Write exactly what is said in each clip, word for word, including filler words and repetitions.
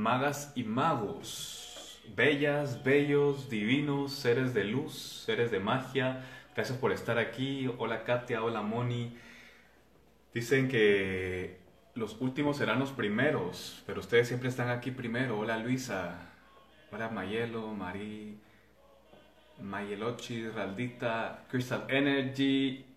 magas y magos, bellas, bellos, divinos, seres de luz, seres de magia. Gracias por estar aquí. Hola Katia, hola Moni. Dicen que los últimos serán los primeros, pero ustedes siempre están aquí primero. Hola Luisa, hola Mayelo, Mari, Mayelochi, Raldita, Crystal Energy,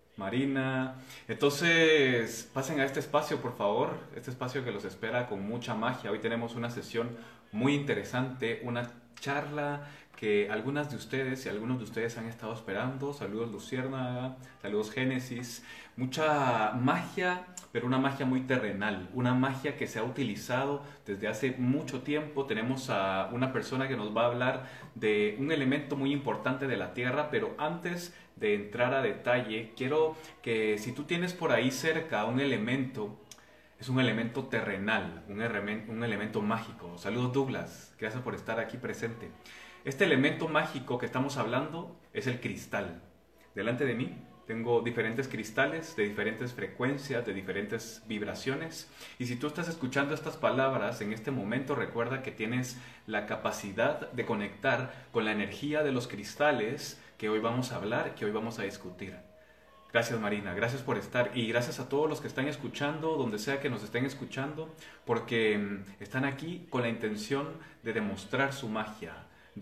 Marina. Entonces, pasen a este espacio, por favor. Este espacio que los espera con mucha magia. Hoy tenemos una sesión muy interesante, una charla que algunas de ustedes y algunos de ustedes han estado esperando. Saludos Luciérnaga, saludos Génesis. Mucha magia, pero una magia muy terrenal, una magia que se ha utilizado desde hace mucho tiempo. Tenemos a una persona que nos va a hablar de un elemento muy importante de la Tierra, pero antes de entrar a detalle, quiero que si tú tienes por ahí cerca un elemento, es un elemento terrenal, un, elemen- un elemento mágico. Saludos Douglas, gracias por estar aquí presente. Este elemento mágico que estamos hablando es el cristal. Delante de mí tengo diferentes cristales de diferentes frecuencias, de diferentes vibraciones. Y si tú estás escuchando estas palabras en este momento, recuerda que tienes la capacidad de conectar con la energía de los cristales que hoy vamos a hablar, que hoy vamos a discutir. Gracias Marina, gracias por estar y gracias a todos los que están escuchando, donde sea que nos estén escuchando, porque mm, están aquí con la intención de demostrar su magia,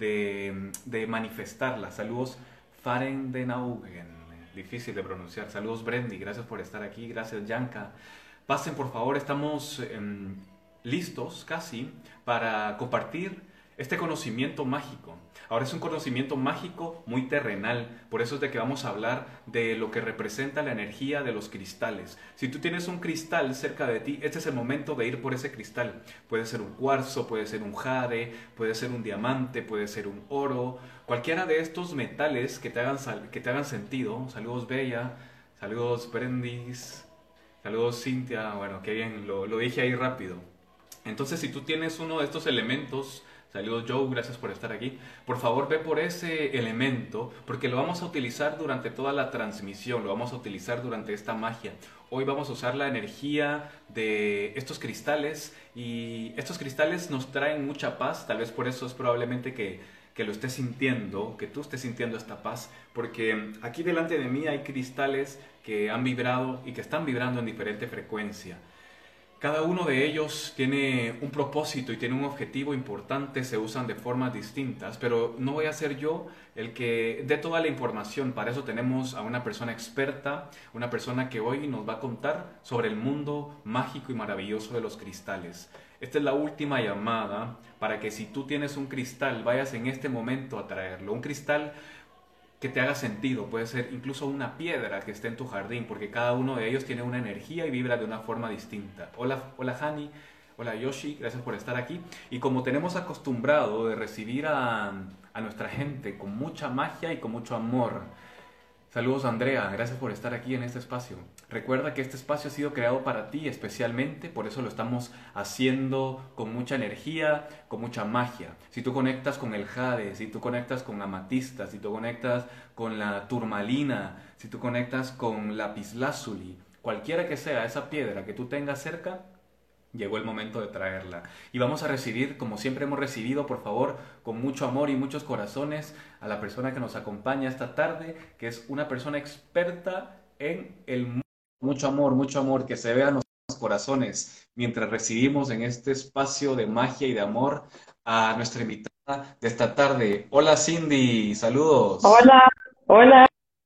de, mm, de manifestarla. Saludos Faren den Augen, difícil de pronunciar. Saludos Brendy, gracias por estar aquí, gracias Yanka. Pasen por favor, estamos em, listos casi para compartir este conocimiento mágico. Ahora es un conocimiento mágico muy terrenal, por eso es de que vamos a hablar de lo que representa la energía de los cristales. Si tú tienes un cristal cerca de ti, este es el momento de ir por ese cristal. Puede ser un cuarzo, puede ser un jade, puede ser un diamante, puede ser un oro, cualquiera de estos metales que te hagan, sal- que te hagan sentido. Saludos Bella, saludos Brendis, saludos Cintia, bueno, qué bien, lo, lo dije ahí rápido. Entonces, si tú tienes uno de estos elementos, saludos Joe, gracias por estar aquí, por favor ve por ese elemento, porque lo vamos a utilizar durante toda la transmisión, lo vamos a utilizar durante esta magia. Hoy vamos a usar la energía de estos cristales y estos cristales nos traen mucha paz, tal vez por eso es probablemente que, que lo estés sintiendo, que tú estés sintiendo esta paz, porque aquí delante de mí hay cristales que han vibrado y que están vibrando en diferente frecuencia. Cada uno de ellos tiene un propósito y tiene un objetivo importante, se usan de formas distintas, pero no voy a ser yo el que dé toda la información. Para eso tenemos a una persona experta, una persona que hoy nos va a contar sobre el mundo mágico y maravilloso de los cristales. Esta es la última llamada para que si tú tienes un cristal, vayas en este momento a traerlo. Un cristal que te haga sentido, puede ser incluso una piedra que esté en tu jardín, porque cada uno de ellos tiene una energía y vibra de una forma distinta. Hola, hola Hani, hola Yoshi, gracias por estar aquí. Y como tenemos acostumbrado de recibir a, a nuestra gente con mucha magia y con mucho amor, saludos Andrea, gracias por estar aquí en este espacio. Recuerda que este espacio ha sido creado para ti especialmente, por eso lo estamos haciendo con mucha energía, con mucha magia. Si tú conectas con el jade, si tú conectas con amatista, si tú conectas con la turmalina, si tú conectas con lapislázuli, cualquiera que sea esa piedra que tú tengas cerca, llegó el momento de traerla. Y vamos a recibir, como siempre hemos recibido, por favor, con mucho amor y muchos corazones, a la persona que nos acompaña esta tarde, que es una persona experta en el mundo. Mucho amor, mucho amor, que se vean los corazones mientras recibimos en este espacio de magia y de amor a nuestra invitada de esta tarde. Hola Cindy, saludos. Hola, hola.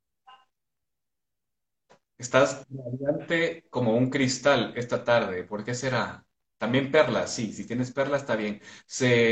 Estás radiante como un cristal esta tarde. ¿Por qué será? También perlas, sí, si tienes perlas está bien. Se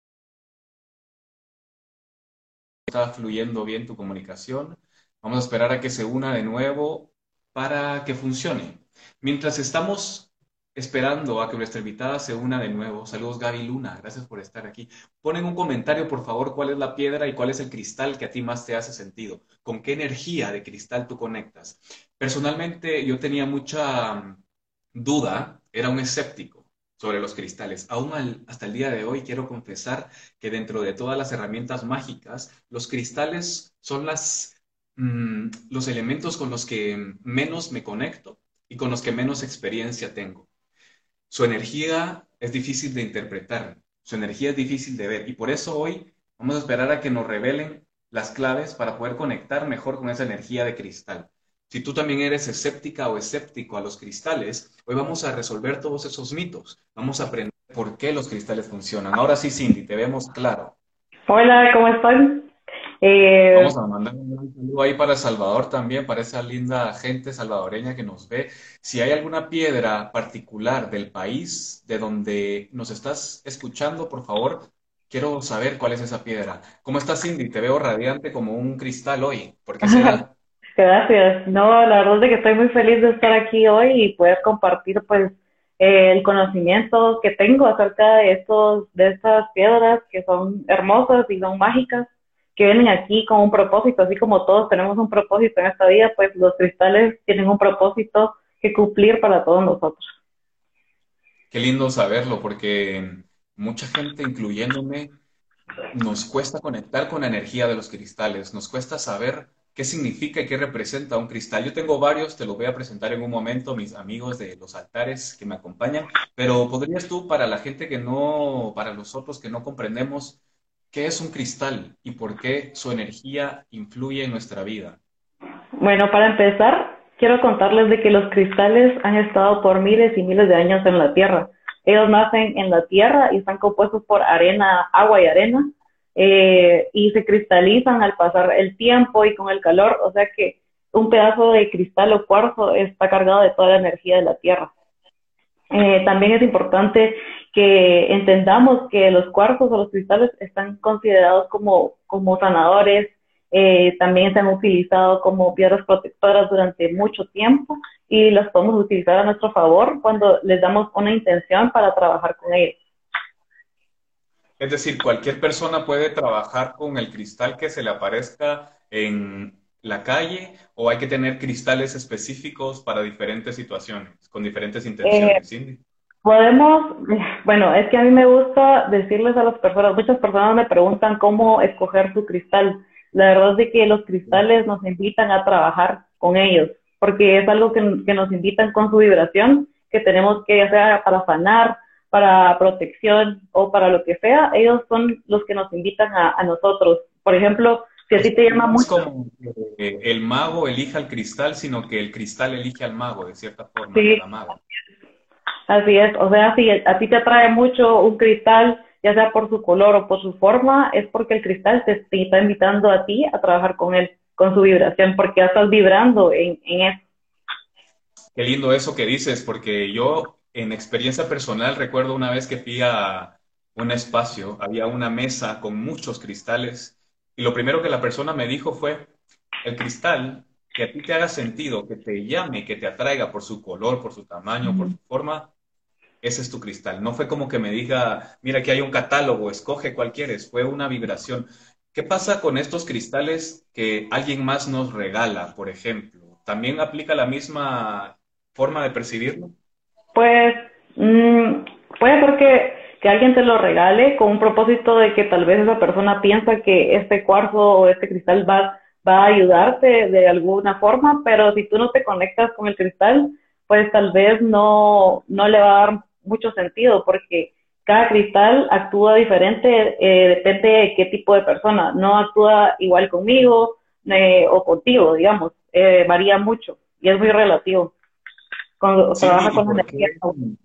está fluyendo bien tu comunicación. Vamos a esperar a que se una de nuevo para que funcione. Mientras estamos esperando a que nuestra invitada se una de nuevo, saludos Gaby Luna, gracias por estar aquí. Ponen un comentario, por favor, cuál es la piedra y cuál es el cristal que a ti más te hace sentido. ¿Con qué energía de cristal tú conectas? Personalmente, yo tenía mucha mm, duda, era un escéptico sobre los cristales. Aún al- hasta el día de hoy quiero confesar que dentro de todas las herramientas mágicas, los cristales son las, mm, los elementos con los que menos me conecto y con los que menos experiencia tengo. su energía es difícil de interpretar, su energía es difícil de ver y por eso hoy vamos a esperar a que nos revelen las claves para poder conectar mejor con esa energía de cristal. Si tú también eres escéptica o escéptico a los cristales, hoy vamos a resolver todos esos mitos, vamos a aprender por qué los cristales funcionan. Ahora sí, Cindy, te vemos claro. Hola, ¿cómo están? Eh, Vamos a mandar un gran saludo ahí para El Salvador también, para esa linda gente salvadoreña que nos ve. Si hay alguna piedra particular del país de donde nos estás escuchando, por favor, quiero saber cuál es esa piedra. ¿Cómo estás, Cindy? Te veo radiante como un cristal hoy. ¿Por qué será? Gracias. No, la verdad es de que estoy muy feliz de estar aquí hoy y poder compartir pues eh, el conocimiento que tengo acerca de estos, de estas piedras que son hermosas y son mágicas, que vienen aquí con un propósito, así como todos tenemos un propósito en esta vida, pues los cristales tienen un propósito que cumplir para todos nosotros. Qué lindo saberlo, porque mucha gente, incluyéndome, nos cuesta conectar con la energía de los cristales, nos cuesta saber qué significa y qué representa un cristal. Yo tengo varios, te los voy a presentar en un momento, mis amigos de los altares que me acompañan, pero ¿podrías tú, para la gente que no, para los otros que no comprendemos, qué es un cristal y por qué su energía influye en nuestra vida? Bueno, para empezar, quiero contarles de que los cristales han estado por miles y miles de años en la Tierra. Ellos nacen en la Tierra y están compuestos por arena, agua y arena, eh, y se cristalizan al pasar el tiempo y con el calor, o sea que un pedazo de cristal o cuarzo está cargado de toda la energía de la Tierra. Eh, también es importante que entendamos que los cuarzos o los cristales están considerados como, como sanadores, eh, también se han utilizado como piedras protectoras durante mucho tiempo y las podemos utilizar a nuestro favor cuando les damos una intención para trabajar con ellos. Es decir, cualquier persona puede trabajar con el cristal que se le aparezca en la calle o hay que tener cristales específicos para diferentes situaciones, con diferentes Eh, intenciones, ¿sí? Podemos, bueno, es que a mí me gusta decirles a las personas, muchas personas me preguntan cómo escoger su cristal. La verdad es de que los cristales nos invitan a trabajar con ellos, porque es algo que, que nos invitan con su vibración, que tenemos que, ya sea para sanar, para protección o para lo que sea, ellos son los que nos invitan a, a nosotros. Por ejemplo, si a Es, ti te llama no es mucho. como que el mago elija al cristal, sino que el cristal elige al mago, de cierta forma, y a Sí, la maga. así es, o sea, si a ti te atrae mucho un cristal, ya sea por su color o por su forma, es porque el cristal te, te está invitando a ti a trabajar con él, con su vibración, porque ya estás vibrando en, en eso. Qué lindo eso que dices, porque yo en experiencia personal recuerdo una vez que fui a un espacio, había una mesa con muchos cristales y lo primero que la persona me dijo fue, el cristal que a ti te haga sentido, que te llame, que te atraiga por su color, por su tamaño, por su forma, ese es tu cristal. No fue como que me diga, mira, aquí hay un catálogo, escoge cuál quieres, fue una vibración. ¿Qué pasa con estos cristales que alguien más nos regala, por ejemplo? ¿También aplica la misma forma de percibirlo? Pues mmm, puede ser que, que alguien te lo regale con un propósito de que tal vez esa persona piensa que este cuarzo o este cristal va, va a ayudarte de alguna forma, pero si tú no te conectas con el cristal, pues tal vez no, no le va a dar mucho sentido porque cada cristal actúa diferente, eh, depende de qué tipo de persona. No actúa igual conmigo eh, o contigo, digamos. Eh, varía mucho y es muy relativo cuando Cindy, trabaja ¿y con la por energía. qué,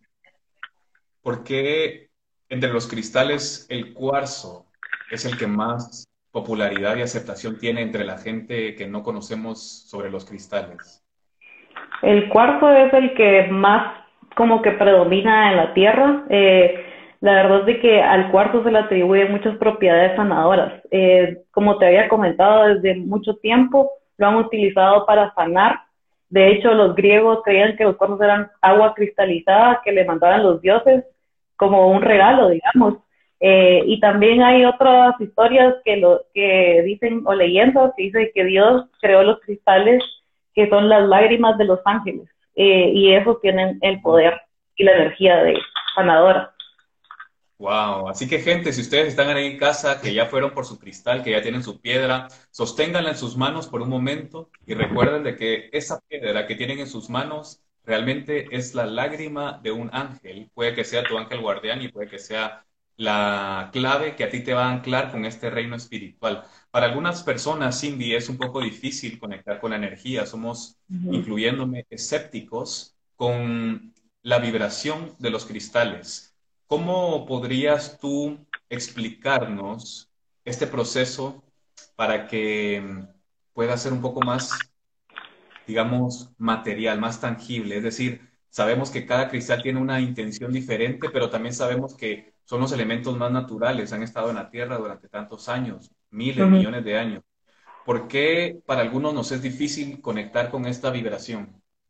por qué entre los cristales el cuarzo es el que más popularidad y aceptación tiene entre la gente que no conocemos sobre los cristales? El cuarzo es el que más como que predomina en la tierra. Eh, la verdad es de que al cuarzo se le atribuyen muchas propiedades sanadoras. Eh, como te había comentado, desde mucho tiempo lo han utilizado para sanar. De hecho, los griegos creían que los cuarzos eran agua cristalizada que le mandaban los dioses como un regalo, digamos. Eh, y también hay otras historias que, lo, que dicen, o leyendas, que dicen que Dios creó los cristales que son las lágrimas de los ángeles, eh, y esos tienen el poder y la energía de sanadora. Wow, así que gente, si ustedes están ahí en casa, que ya fueron por su cristal, que ya tienen su piedra, sosténganla en sus manos por un momento y recuerden de que esa piedra que tienen en sus manos realmente es la lágrima de un ángel. Puede que sea tu ángel guardián y puede que sea la clave que a ti te va a anclar con este reino espiritual. Para algunas personas, Cindy, es un poco difícil conectar con la energía. Somos, Ujú. incluyéndome, escépticos con la vibración de los cristales. ¿Cómo podrías tú explicarnos este proceso para que mm, pueda ser un poco más, digamos, material, más tangible? Es decir, sabemos que cada cristal tiene una intención diferente, pero también sabemos que son los elementos más naturales, han estado en la Tierra durante tantos años, miles, Ujú. millones de años. ¿Por qué para algunos nos es difícil conectar con esta vibración?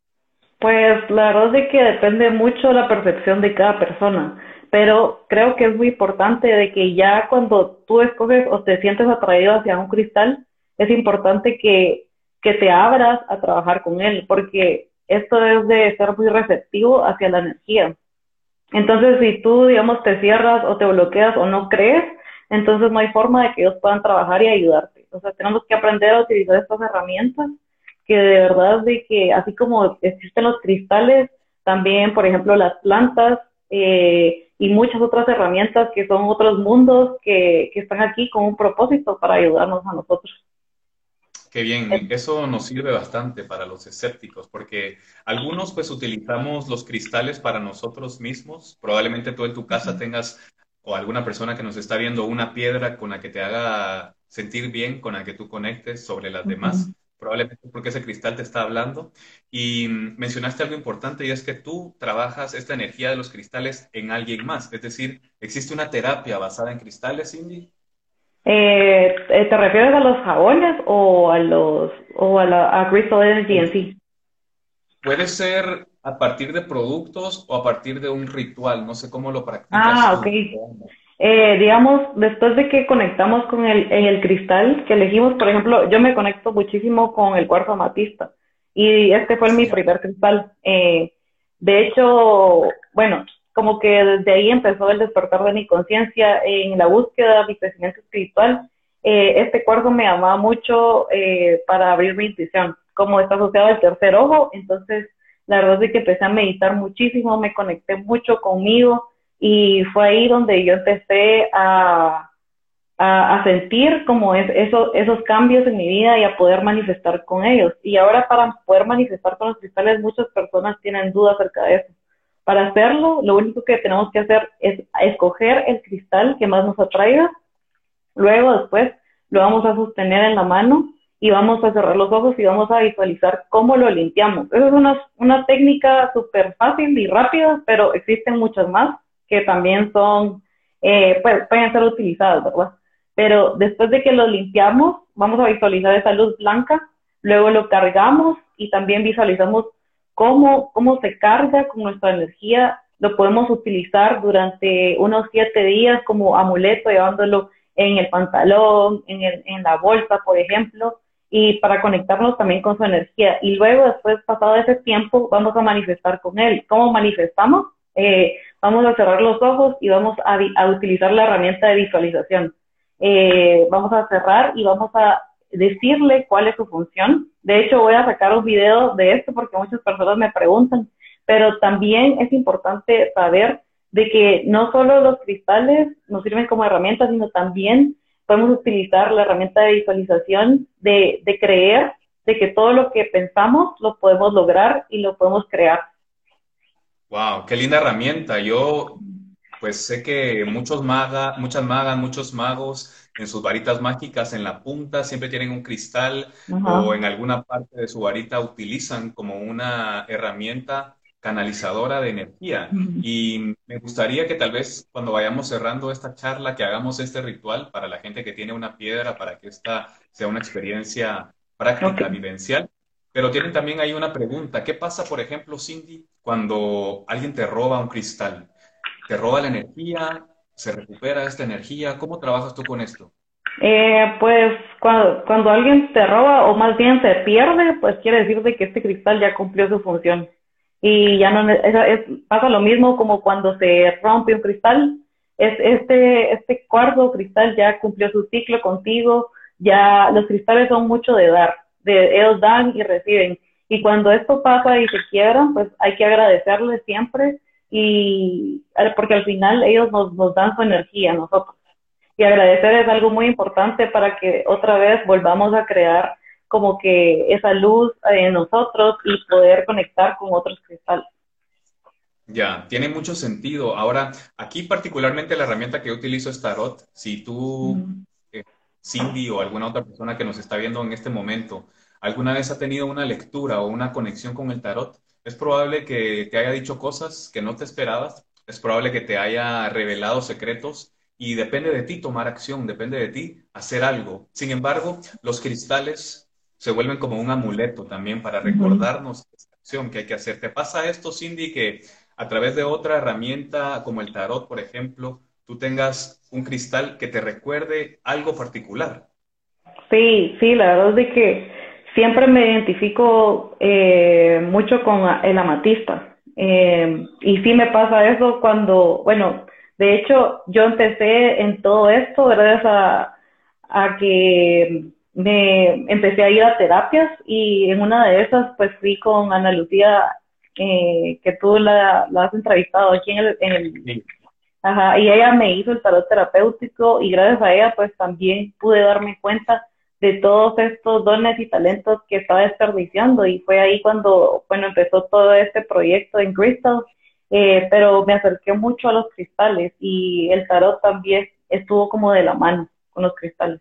Pues la verdad es de que depende mucho de la percepción de cada persona, pero creo que es muy importante de que ya cuando tú escoges o te sientes atraído hacia un cristal, es importante que, que te abras a trabajar con él, porque esto es de ser muy receptivo hacia la energía. Entonces, si tú, digamos, te cierras o te bloqueas o no crees, entonces no hay forma de que ellos puedan trabajar y ayudarte. O sea, tenemos que aprender a utilizar estas herramientas que de verdad de que así como existen los cristales, también, por ejemplo, las plantas eh, y muchas otras herramientas que son otros mundos que, que están aquí con un propósito para ayudarnos a nosotros. Qué bien, eso nos sirve bastante para los escépticos, porque algunos pues utilizamos los cristales para nosotros mismos. Probablemente tú en tu casa tengas o alguna persona que nos está viendo una piedra con la que te haga sentir bien, con la que tú conectes sobre las Ujú. demás. Probablemente porque ese cristal te está hablando. Y mm, mencionaste algo importante y es que tú trabajas esta energía de los cristales en alguien más. Es decir, ¿existe una terapia basada en cristales, Cindy? Eh, eh, ¿Te refieres a los jabones o a los o a la a Crystal Energy en sí? Puede ser a partir de productos o a partir de un ritual. No sé cómo lo practicas Ah, ok. tú. Eh, digamos, después de que conectamos con el, en el cristal que elegimos, por ejemplo, yo me conecto muchísimo con el cuarzo amatista y este fue mi Ya. primer cristal. Eh, de hecho, bueno, como que desde ahí empezó el despertar de mi conciencia en la búsqueda de mi crecimiento espiritual. Eh, este cuarzo me llamaba mucho eh, para abrir mi intuición, como está asociado al tercer ojo, entonces la verdad es que empecé a meditar muchísimo, me conecté mucho conmigo y fue ahí donde yo empecé a, a, a sentir como es, eso, esos cambios en mi vida y a poder manifestar con ellos. Y ahora para poder manifestar con los cristales muchas personas tienen dudas acerca de eso. Para hacerlo, lo único que tenemos que hacer es escoger el cristal que más nos atraiga. Luego, después, lo vamos a sostener en la mano y vamos a cerrar los ojos y vamos a visualizar cómo lo limpiamos. Esa es una, una técnica súper fácil y rápida, pero existen muchas más que también son, eh, pues, pueden ser utilizadas, ¿verdad? Pero después de que lo limpiamos, vamos a visualizar esa luz blanca, luego lo cargamos y también visualizamos cómo, cómo se carga con nuestra energía. Lo podemos utilizar durante unos siete días como amuleto, llevándolo en el pantalón, en, el, en la bolsa, por ejemplo, y para conectarnos también con su energía. Y luego, después, pasado ese tiempo, vamos a manifestar con él. ¿Cómo manifestamos? Eh, vamos a cerrar los ojos y vamos a, a utilizar la herramienta de visualización. Eh, vamos a cerrar y vamos a decirle cuál es su función. De hecho, voy a sacar un video de esto porque muchas personas me preguntan, pero también es importante saber de que no solo los cristales nos sirven como herramientas, sino también podemos utilizar la herramienta de visualización, de, de creer de que todo lo que pensamos lo podemos lograr y lo podemos crear. Wow, qué linda herramienta. Yo pues sé que muchos maga, muchas magas, muchos magos en sus varitas mágicas en la punta siempre tienen un cristal o Ajá. en alguna parte de su varita utilizan como una herramienta canalizadora de energía. Y me gustaría que tal vez cuando vayamos cerrando esta charla, que hagamos este ritual para la gente que tiene una piedra, para que esta sea una experiencia Ok. práctica, vivencial. Pero tienen también ahí una pregunta. ¿Qué pasa, por ejemplo, Cindy, cuando alguien te roba un cristal? ¿Te roba la energía? ¿Se recupera esta energía? ¿Cómo trabajas tú con esto? Eh, pues cuando, cuando alguien te roba o más bien se pierde, pues quiere decir de que este cristal ya cumplió su función. Y ya no ne- es, es- pasa lo mismo como cuando se rompe un cristal. Es, este, este cuarzo cristal ya cumplió su ciclo contigo. Ya los cristales son mucho de dar, de ellos dan y reciben. Y cuando esto pasa y se quiebran, pues hay que agradecerles siempre y porque al final ellos nos, nos dan su energía a nosotros. Y agradecer es algo muy importante para que otra vez volvamos a crear como que esa luz en nosotros y poder conectar con otros cristales. Ya, tiene mucho sentido. Ahora, aquí particularmente la herramienta que yo utilizo es Tarot. Si tú, Mm. eh, Cindy o alguna otra persona que nos está viendo en este momento, alguna vez ha tenido una lectura o una conexión con el Tarot, es probable que te haya dicho cosas que no te esperabas, es probable que te haya revelado secretos y depende de ti tomar acción, depende de ti hacer algo. Sin embargo, los cristales se vuelven como un amuleto también para Ujú. recordarnos esta acción que hay que hacer. ¿Te pasa esto, Cindy, que a través de otra herramienta como el tarot, por ejemplo, tú tengas un cristal que te recuerde algo particular? Sí, sí, la verdad es de que siempre me identifico eh, mucho con el amatista. Eh, y sí me pasa eso cuando, bueno, de hecho yo empecé en todo esto gracias a, a que me empecé a ir a terapias y en una de esas pues fui con Ana Lucía, eh, que tú la, la has entrevistado aquí en el, en el Sí. Ajá, y ella me hizo el tarot terapéutico y gracias a ella pues también pude darme cuenta de todos estos dones y talentos que estaba desperdiciando y fue ahí cuando, bueno, empezó todo este proyecto en Crystal, eh, pero me acerqué mucho a los cristales y el tarot también estuvo como de la mano con los cristales.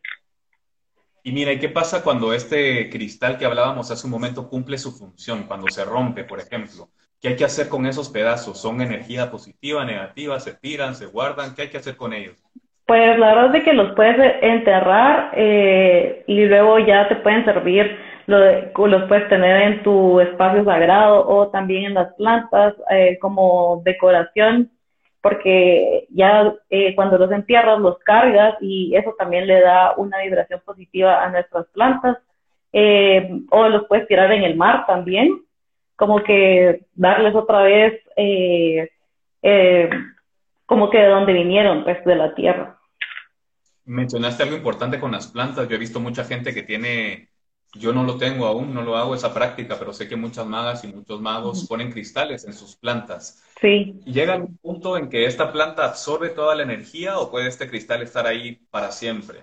Y mira, ¿y qué pasa cuando este cristal que hablábamos hace un momento cumple su función? Cuando se rompe, por ejemplo. ¿Qué hay que hacer con esos pedazos? ¿Son energía positiva, negativa? ¿Se tiran, se guardan? ¿Qué hay que hacer con ellos? Pues la verdad es de que los puedes enterrar eh, y luego ya te pueden servir, lo de- los puedes tener en tu espacio sagrado o también en las plantas eh, como decoración, porque ya eh, cuando los entierras los cargas y eso también le da una vibración positiva a nuestras plantas. Eh, o los puedes tirar en el mar también, como que darles otra vez eh, eh, como que de donde vinieron, pues de la tierra. Mencionaste algo importante con las plantas. Yo he visto mucha gente que tiene, yo no lo tengo aún, no lo hago esa práctica, pero sé que muchas magas y muchos magos ponen cristales en sus plantas. Sí, ¿Y llega un punto en que esta planta absorbe toda la energía o puede este cristal estar ahí para siempre?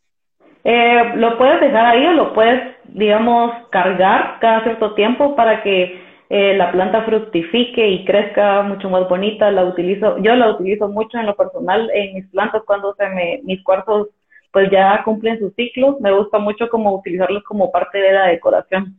eh, lo puedes dejar ahí o lo puedes, digamos, cargar cada cierto tiempo para que eh, la planta fructifique y crezca mucho más bonita. La utilizo, yo la utilizo mucho en lo personal en mis plantas cuando se me, mis cuarzos pues ya cumplen sus ciclos. Me gusta mucho como utilizarlos como parte de la decoración.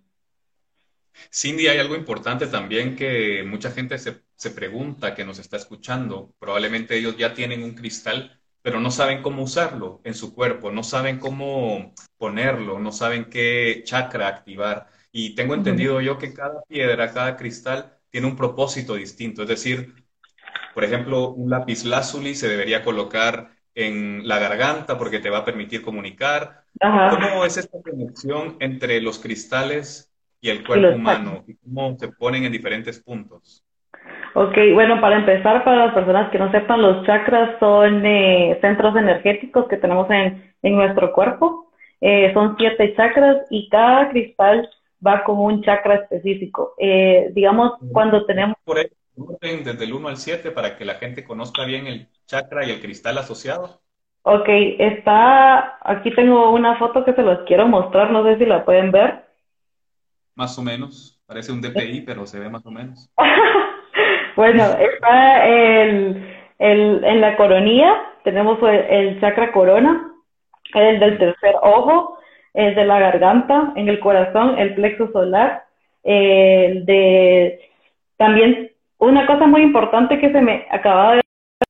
Cindy, hay algo importante también que mucha gente se, se pregunta, que nos está escuchando. Probablemente ellos ya tienen un cristal, pero no saben cómo usarlo en su cuerpo, no saben cómo ponerlo, no saben qué chakra activar. Y tengo Ujú. entendido yo que cada piedra, cada cristal tiene un propósito distinto. Es decir, por ejemplo, un lápiz lazuli se debería colocar en la garganta porque te va a permitir comunicar. Ajá. ¿Cómo es esta conexión entre los cristales y el Y cuerpo los chakras. humano? ¿Y cómo se ponen en diferentes puntos? Ok, bueno, para empezar, para las personas que no sepan, los chakras son eh, centros energéticos que tenemos en, en nuestro cuerpo. Eh, son siete chakras y cada cristal va con un chakra específico. Eh, digamos, cuando tenemos, Por ahí, orden desde el uno al siete para que la gente conozca bien el chakra y el cristal asociado. ok, está, aquí tengo una foto que se los quiero mostrar, no sé si la pueden ver. Más o menos. Parece un D P I, pero se ve más o menos. Bueno, está el, el, en la coronilla, tenemos el, el chakra corona, el del tercer ojo, el de la garganta, en el corazón, el plexo solar, el de también una cosa muy importante que se me acaba de...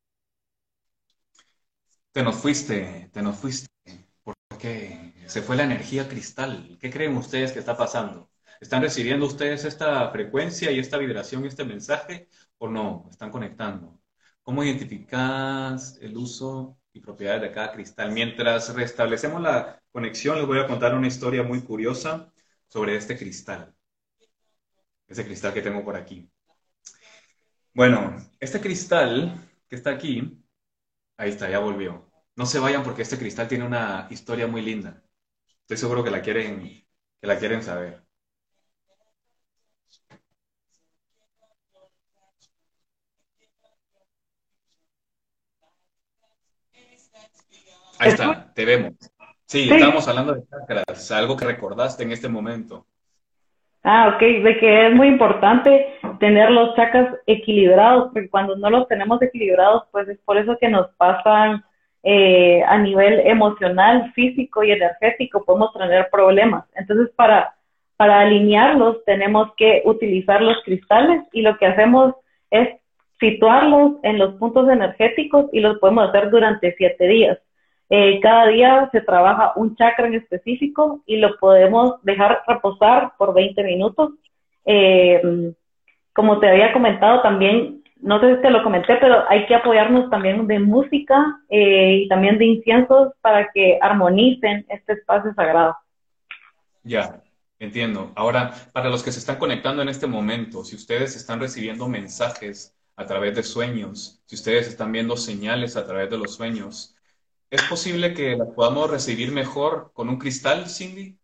Te nos fuiste, te nos fuiste. ¿Qué? Se fue la energía cristal. ¿Qué creen ustedes que está pasando? ¿Están recibiendo ustedes esta frecuencia y esta vibración y este mensaje o no? ¿Están conectando? ¿Cómo identificas el uso y propiedades de cada cristal? Mientras restablecemos la conexión, les voy a contar una historia muy curiosa sobre este cristal, ese cristal que tengo por aquí. Bueno, este cristal que está aquí, ahí está, ya volvió. No se vayan porque este cristal tiene una historia muy linda. Estoy seguro que la quieren, que la quieren saber. Ahí está, te vemos. Sí, Sí. estábamos hablando de chakras, algo que recordaste en este momento. Ah, ok, de que es muy importante tener los chakras equilibrados, porque cuando no los tenemos equilibrados, pues es por eso que nos pasan eh, a nivel emocional, físico y energético, podemos tener problemas. Entonces, para, para alinearlos, tenemos que utilizar los cristales y lo que hacemos es situarlos en los puntos energéticos y los podemos hacer durante siete días. Eh, cada día se trabaja un chakra en específico y lo podemos dejar reposar por veinte minutos. Eh, Como te había comentado también, no sé si te lo comenté, pero hay que apoyarnos también de música eh, y también de inciensos para que armonicen este espacio sagrado. Ya, entiendo. Ahora, para los que se están conectando en este momento, si ustedes están recibiendo mensajes a través de sueños, si ustedes están viendo señales a través de los sueños, ¿es posible que las podamos recibir mejor con un cristal, Cindy?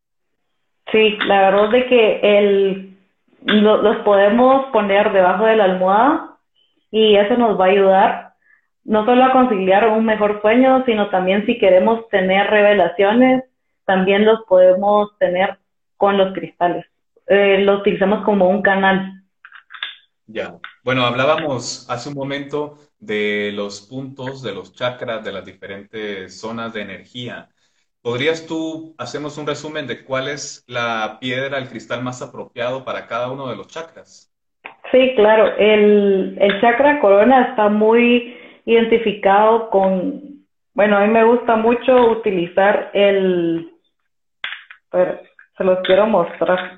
Sí, la verdad es de que el, lo, los podemos poner debajo de la almohada y eso nos va a ayudar no solo a conciliar un mejor sueño, sino también si queremos tener revelaciones, también los podemos tener con los cristales. Eh, lo utilizamos como un canal. Ya. Bueno, hablábamos hace un momento de los puntos, de los chakras, de las diferentes zonas de energía. ¿Podrías tú hacernos un resumen de cuál es la piedra, el cristal más apropiado para cada uno de los chakras? Sí, claro, el, el chakra corona está muy identificado con, bueno, a mí me gusta mucho utilizar el, a ver, se los quiero mostrar.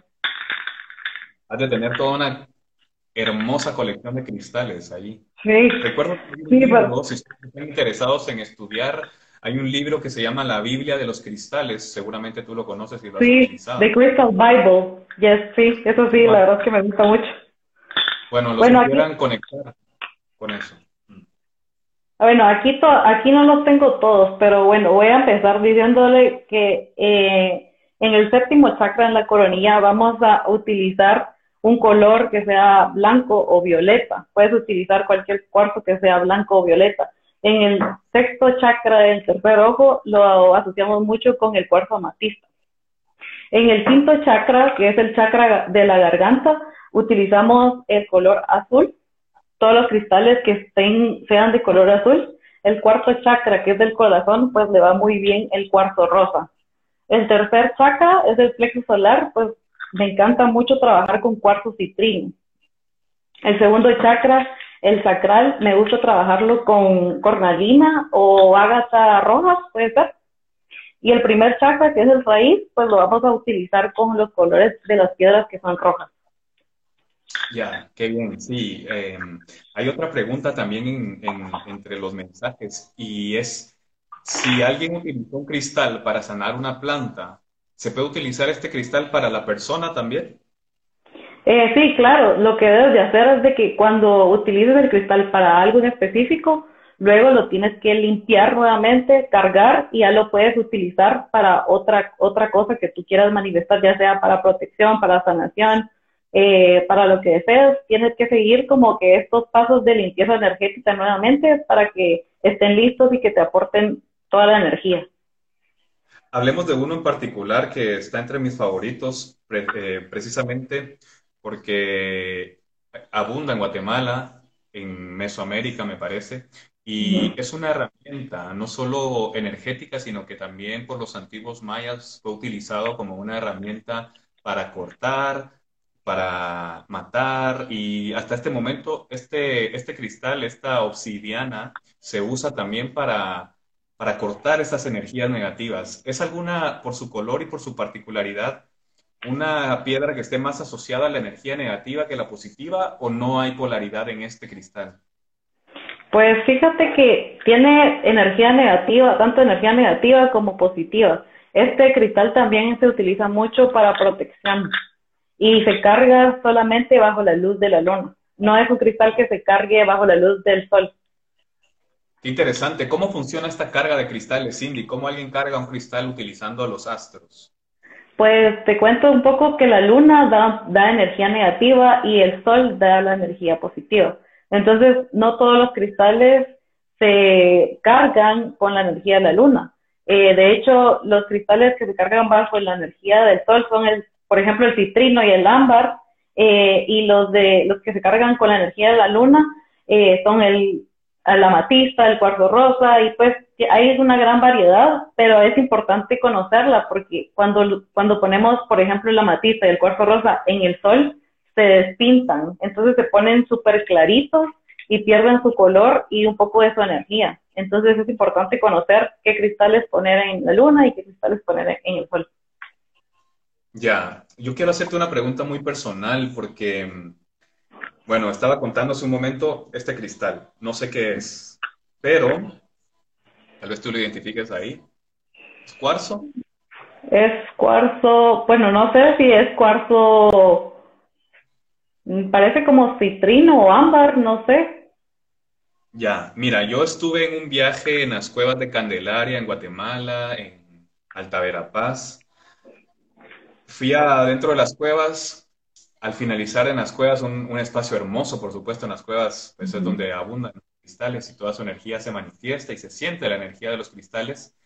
Has de tener toda una hermosa colección de cristales ahí. Sí, Recuerdo que hay un sí, pero libro, si ustedes están interesados en estudiar, hay un libro que se llama La Biblia de los Cristales, seguramente tú lo conoces y lo has sí, The utilizado. Crystal Bible. Yes, sí, eso sí, la Bueno, verdad es que me gusta mucho. bueno, los Bueno, que aquí, quieran conectar con eso. Mm. bueno, aquí, to, aquí no los tengo todos, pero bueno, voy a empezar diciéndole que eh, en el séptimo chakra, en la coronilla, vamos a utilizar un color que sea blanco o violeta. Puedes utilizar cualquier cuarzo que sea blanco o violeta. En el sexto chakra del tercer ojo lo asociamos mucho con el cuarzo amatista. En el quinto chakra, que es el chakra de la garganta, utilizamos el color azul, todos los cristales que estén, sean de color azul. El cuarto chakra, que es del corazón, pues le va muy bien el cuarzo rosa. El tercer chakra es el plexo solar, pues me encanta mucho trabajar con cuarzo citrino. El segundo chakra, el sacral, me gusta trabajarlo con cornalina o ágata rojas, puede ser. Y el primer chakra, que es el raíz, pues lo vamos a utilizar con los colores de las piedras que son rojas. Ya, qué bien. Sí, eh, hay otra pregunta también en- en- entre los mensajes y es si alguien utilizó un cristal para sanar una planta, ¿se puede utilizar este cristal para la persona también? Eh, sí, claro, lo que debes de hacer es de que cuando utilices el cristal para algo en específico, luego lo tienes que limpiar nuevamente, cargar y ya lo puedes utilizar para otra, otra cosa que tú quieras manifestar, ya sea para protección, para sanación, eh, para lo que desees. Tienes que seguir como que estos pasos de limpieza energética nuevamente para que estén listos y que te aporten toda la energía. Hablemos de uno en particular que está entre mis favoritos, pre- eh, precisamente porque abunda en Guatemala, en Mesoamérica, me parece, Ujú. y es una herramienta no solo energética, sino que también por los antiguos mayas fue utilizado como una herramienta para cortar, para matar, y hasta este momento este, este cristal, esta obsidiana, se usa también para para cortar esas energías negativas. ¿Es alguna, por su color y por su particularidad, una piedra que esté más asociada a la energía negativa que la positiva o no hay polaridad en este cristal? Pues fíjate que tiene energía negativa, tanto energía negativa como positiva. Este cristal también se utiliza mucho para protección y se carga solamente bajo la luz de la luna. No es un cristal que se cargue bajo la luz del sol. Qué interesante. ¿Cómo funciona esta carga de cristales, Cindy? ¿Cómo alguien carga un cristal utilizando los astros? Pues te cuento un poco que la luna da, da energía negativa y el sol da la energía positiva. Entonces, no todos los cristales se cargan con la energía de la luna. Eh, de hecho, los cristales que se cargan bajo la energía del sol son, el, por ejemplo, el citrino y el ámbar, eh, y los de los que se cargan con la energía de la luna eh, son el, la amatista, el cuarzo rosa, y pues hay una gran variedad, pero es importante conocerla porque cuando, cuando ponemos, por ejemplo, la amatista y el cuarzo rosa en el sol, se despintan, entonces se ponen súper claritos y pierden su color y un poco de su energía. Entonces es importante conocer qué cristales poner en la luna y qué cristales poner en el sol. Ya, yo quiero hacerte una pregunta muy personal porque, bueno, estaba contando hace un momento este cristal, no sé qué es, pero tal vez tú lo identifiques ahí. ¿Es cuarzo? Es cuarzo, bueno, no sé si es cuarzo, parece como citrino o ámbar, no sé. Ya, mira, yo estuve en un viaje en las cuevas de Candelaria, en Guatemala, en Alta Verapaz. Fui adentro de las cuevas. Al finalizar en las cuevas, un, un espacio hermoso, por supuesto, en las cuevas, pues es Ujú. donde abundan los cristales y toda su energía se manifiesta y se siente la energía de los cristales.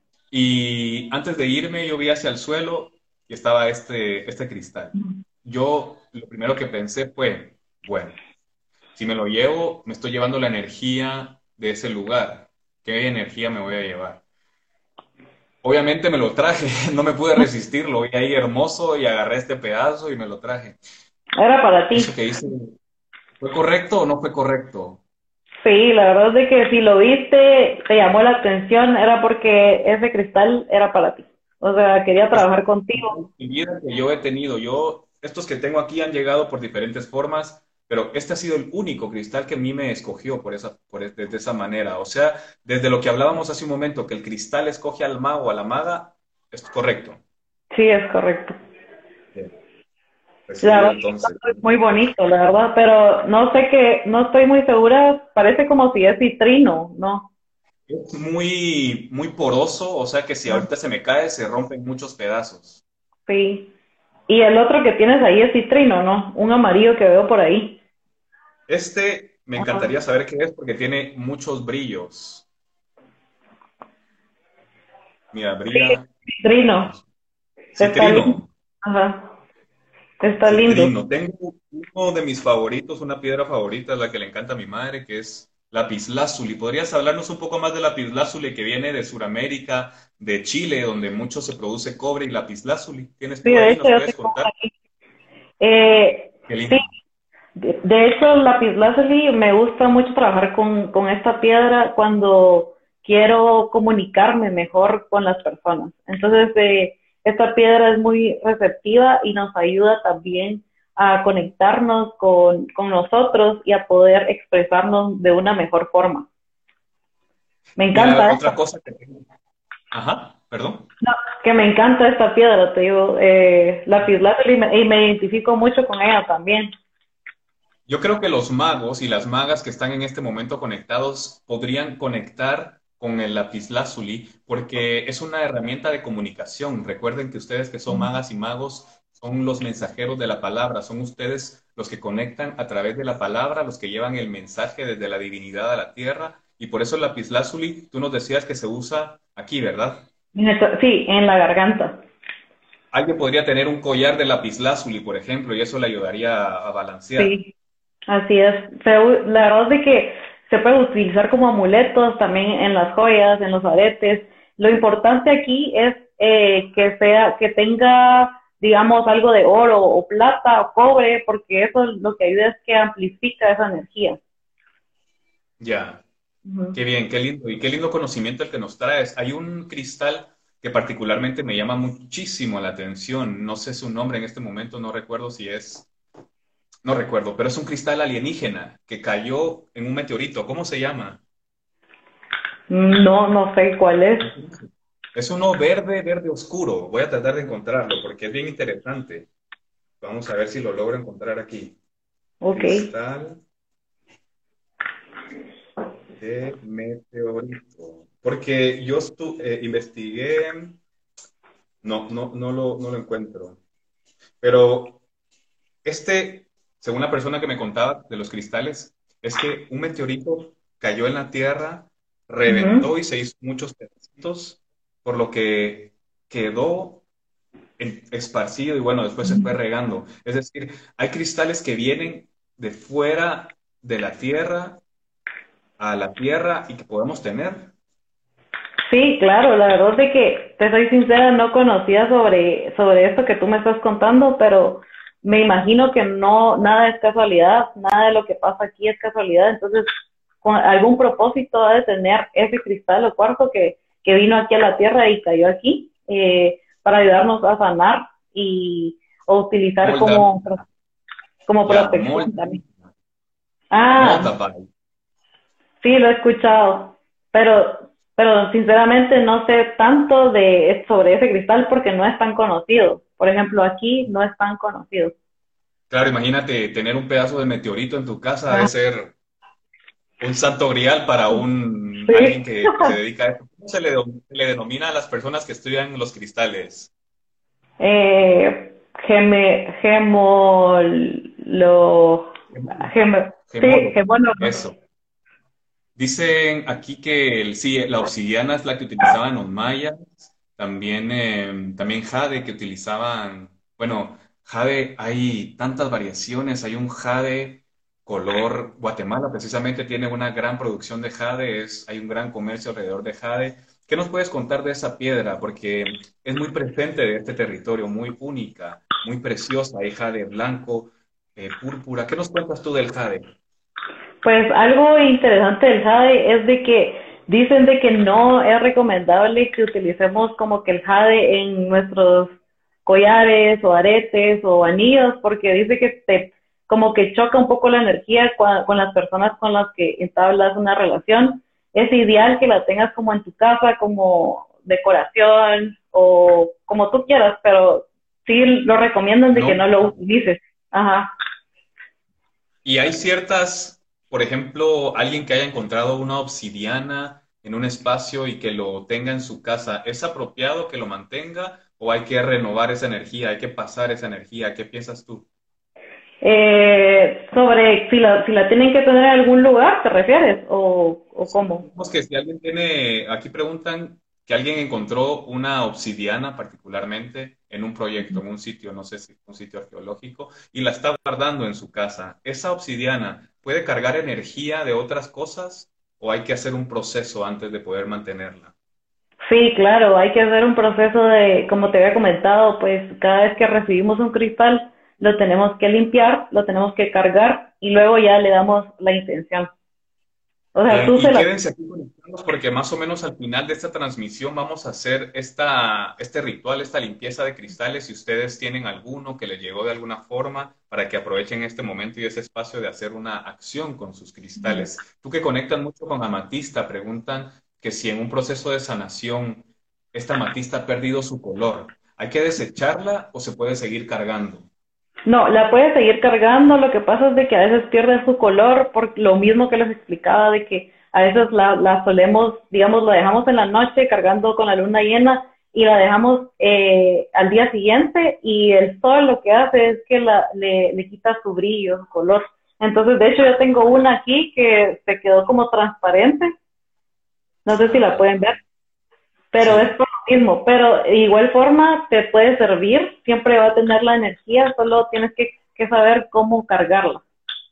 Y antes de irme, yo vi hacia el suelo y estaba este, este cristal. Yo lo primero que pensé fue, bueno, si me lo llevo, me estoy llevando la energía de ese lugar. ¿Qué energía me voy a llevar? Obviamente me lo traje, no me pude resistir, lo vi ahí hermoso y agarré este pedazo y me lo traje. Era para Eso ti. que hice, ¿fue correcto o no fue correcto? Sí, la verdad es de que si lo viste, te llamó la atención, era porque ese cristal era para ti. O sea, quería Es trabajar contigo. mi vida que yo he tenido. Yo, estos que tengo aquí han llegado por diferentes formas, pero este ha sido el único cristal que a mí me escogió por esa, por, es- de esa manera. O sea, desde lo que hablábamos hace un momento, que el cristal escoge al mago o a la maga, es correcto. Sí, es correcto. Bien, La recibido verdad entonces. es muy bonito, la verdad, pero no sé qué, no estoy muy segura, parece como si es citrino, ¿no? Es muy, muy poroso, o sea que si Ah, ahorita se me cae, se rompe en muchos pedazos. sí. Y el otro que tienes ahí es citrino, ¿no? Un amarillo que veo por ahí. Este me Ajá. encantaría saber qué es porque tiene muchos brillos. Mira, brilla. Citrino. Está lindo. Citrino. Ajá. Está lindo. Citrino. Tengo uno de mis favoritos, una piedra favorita, la que le encanta a mi madre, que es lapislázuli. ¿Podrías hablarnos un poco más de lapislázuli que viene de Sudamérica, de Chile, donde mucho se produce cobre y lapislázuli? ¿Tienes Sí, tú de ahí? hecho ¿Nos yo puedes tengo contar? ahí. Eh, Qué sí, lindo. de, de hecho el lapislázuli me gusta mucho trabajar con, con esta piedra cuando quiero comunicarme mejor con las personas. Entonces, eh, esta piedra es muy receptiva y nos ayuda también a conectarnos con, con nosotros y a poder expresarnos de una mejor forma. Me Mira, encanta otra esta, cosa que tengo. Ajá, perdón. no, que me encanta esta piedra, te digo, eh, lapislázuli, y me, y me identifico mucho con ella también. Yo creo que los magos y las magas que están en este momento conectados podrían conectar con el lapislázuli porque es una herramienta de comunicación. Recuerden que ustedes que son magas y magos son los mensajeros de la palabra, son ustedes los que conectan a través de la palabra, los que llevan el mensaje desde la divinidad a la tierra y por eso el lapislázuli, tú nos decías que se usa aquí, ¿verdad? Sí, en la garganta. Alguien podría tener un collar de lapislázuli, por ejemplo, y eso le ayudaría a a balancear. Sí, así es. Se u- la verdad es de que se puede utilizar como amuletos también en las joyas, en los aretes. Lo importante aquí es eh, que sea, que tenga, digamos, algo de oro o plata o cobre, porque eso lo que ayuda es que amplifica esa energía. Ya. Ujú. Qué bien, qué lindo. Y qué lindo conocimiento el que nos traes. Hay un cristal que particularmente me llama muchísimo la atención. No sé su nombre en este momento, no recuerdo si es, no recuerdo, pero es un cristal alienígena que cayó en un meteorito. ¿Cómo se llama? No, no sé cuál es. Es uno verde, verde oscuro. Voy a tratar de encontrarlo porque es bien interesante. Vamos a ver si lo logro encontrar aquí. Ok. Cristal de meteorito. Porque yo estu- eh, investigué. No, no, no lo, no lo encuentro. Pero este, según la persona que me contaba de los cristales, es que un meteorito cayó en la Tierra, Ujú. reventó y se hizo muchos pedacitos, por lo que quedó en- esparcido y bueno, después se fue regando. Es decir, hay cristales que vienen de fuera de la Tierra a la Tierra y que podemos tener. Sí, claro, la verdad es de que, te soy sincera, no conocía sobre, sobre esto que tú me estás contando, pero me imagino que no, nada es casualidad, nada de lo que pasa aquí es casualidad, entonces con algún propósito ha de tener ese cristal o cuarzo que, que vino aquí a la Tierra y cayó aquí, eh, para ayudarnos a sanar y o utilizar Molda, como, como ya, protección molda, también. Ah, molda, sí, lo he escuchado, pero, pero sinceramente no sé tanto de sobre ese cristal porque no es tan conocido. Por ejemplo, aquí no es tan conocido. claro, imagínate tener un pedazo de meteorito en tu casa, debe Ah, ser un santo grial para un alguien sí, que, que se dedica a eso. ¿Cómo se le, se le denomina a las personas que estudian los cristales? eh, geme, gemolo, geme, sí, Gemólogo. gemólogo. Eso. Dicen aquí que el, sí, la obsidiana es la que utilizaban los mayas, también, eh, también jade que utilizaban, bueno, jade hay tantas variaciones, hay un jade color, Guatemala precisamente tiene una gran producción de jade, es, hay un gran comercio alrededor de jade. ¿Qué nos puedes contar de esa piedra? Porque es muy presente de este territorio, muy única, muy preciosa, hay jade blanco, eh, púrpura. ¿Qué nos cuentas tú del jade? Pues algo interesante del jade es de que dicen de que no es recomendable que utilicemos como que el jade en nuestros collares o aretes o anillos porque dice que te como que choca un poco la energía cua- con las personas con las que entablas una relación. Es ideal que la tengas como en tu casa, como decoración o como tú quieras, pero sí lo recomiendan de que No. no lo utilices. Ajá. Y hay ciertas, por ejemplo, alguien que haya encontrado una obsidiana en un espacio y que lo tenga en su casa, ¿es apropiado que lo mantenga o hay que renovar esa energía, hay que pasar esa energía? ¿Qué piensas tú? Eh, sobre si la, si la tienen que tener en algún lugar, ¿te refieres? ¿O, o Sí, cómo? digamos que si alguien tiene, aquí preguntan que alguien encontró una obsidiana particularmente en un proyecto, en un sitio, no sé si un sitio arqueológico, y la está guardando en su casa. ¿Esa obsidiana puede cargar energía de otras cosas o hay que hacer un proceso antes de poder mantenerla? Sí, claro, hay que hacer un proceso de, como te había comentado, pues cada vez que recibimos un cristal, lo tenemos que limpiar, lo tenemos que cargar y luego ya le damos la intención. O sea, Bien, tú se y la... quédense aquí conectados porque más o menos al final de esta transmisión vamos a hacer esta, este ritual, esta limpieza de cristales. Si ustedes tienen alguno que les llegó de alguna forma, para que aprovechen este momento y ese espacio de hacer una acción con sus cristales. Tú que conectas mucho con amatista, preguntan que si en un proceso de sanación esta amatista ha perdido su color, ¿hay que desecharla o se puede seguir cargando? No, la puedes seguir cargando, lo que pasa es de que a veces pierde su color por lo mismo que les explicaba, de que a veces la, la solemos, digamos, la dejamos en la noche cargando con la luna llena y la dejamos eh, al día siguiente y el sol lo que hace es que la, le, le quita su brillo, su color. Entonces, de hecho, yo tengo una aquí que se quedó como transparente, no sé si la Ah, pueden ver, pero es sí. por lo mismo, pero de igual forma te puede servir, siempre va a tener la energía, solo tienes que, que saber cómo cargarla.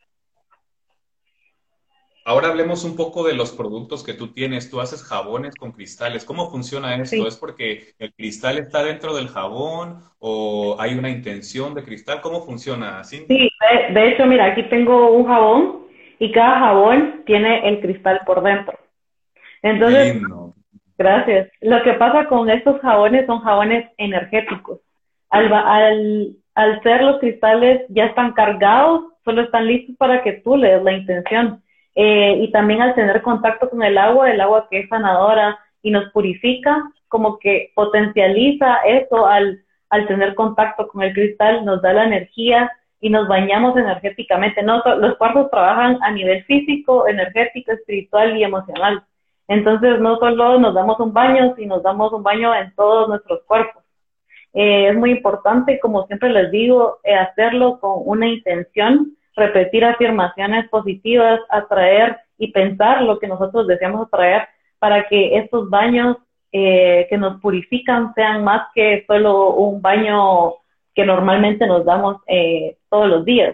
Ahora hablemos un poco de los productos que tú tienes. Tú haces jabones con cristales. ¿Cómo funciona esto? Sí, ¿Es porque el cristal está dentro del jabón o hay una intención de cristal? ¿Cómo funciona, Cindy? sí, de, de hecho, mira, aquí tengo un jabón y cada jabón tiene el cristal por dentro. Qué Entonces, lindo. gracias. Lo que pasa con estos jabones son jabones energéticos. Al, al, al ser los cristales ya están cargados, solo están listos para que tú le des la intención. Eh, y también al tener contacto con el agua, el agua que es sanadora y nos purifica, como que potencializa eso al, al tener contacto con el cristal, nos da la energía y nos bañamos energéticamente. No, los cuarzos trabajan a nivel físico, energético, espiritual y emocional. Entonces no solo nos damos un baño, sino nos damos un baño en todos nuestros cuerpos. Eh, es muy importante, como siempre les digo, eh, hacerlo con una intención, repetir afirmaciones positivas, atraer y pensar lo que nosotros deseamos atraer para que estos baños eh, que nos purifican sean más que solo un baño que normalmente nos damos eh, todos los días.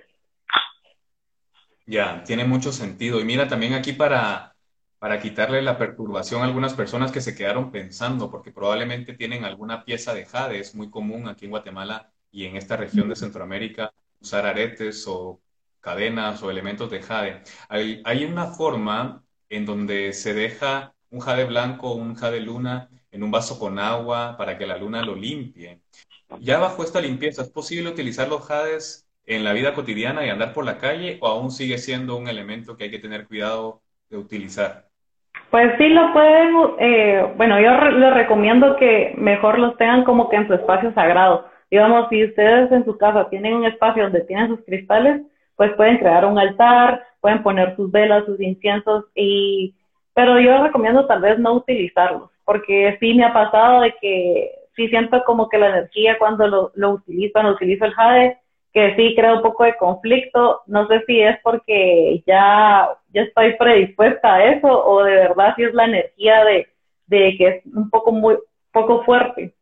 Ya, tiene mucho sentido. Y mira, también aquí para, para quitarle la perturbación a algunas personas que se quedaron pensando, porque probablemente tienen alguna pieza de jade. Es muy común aquí en Guatemala y en esta región de Centroamérica usar aretes o cadenas o elementos de jade. Hay, hay una forma en donde se deja un jade blanco o un jade luna en un vaso con agua para que la luna lo limpie. Ya bajo esta limpieza, ¿es posible utilizar los jades en la vida cotidiana y andar por la calle o aún sigue siendo un elemento que hay que tener cuidado de utilizar? Pues sí lo pueden, eh, bueno, yo re- les recomiendo que mejor los tengan como que en su espacio sagrado. Digamos, si ustedes en su casa tienen un espacio donde tienen sus cristales, pues pueden crear un altar, pueden poner sus velas, sus inciensos, y, pero yo recomiendo tal vez no utilizarlos, porque sí me ha pasado de que sí siento como que la energía cuando lo, lo utilizo, cuando utilizo el jade, que sí crea un poco de conflicto. No sé si es porque ya, ya estoy predispuesta a eso o de verdad si es la energía de, de que es un poco muy poco fuerte.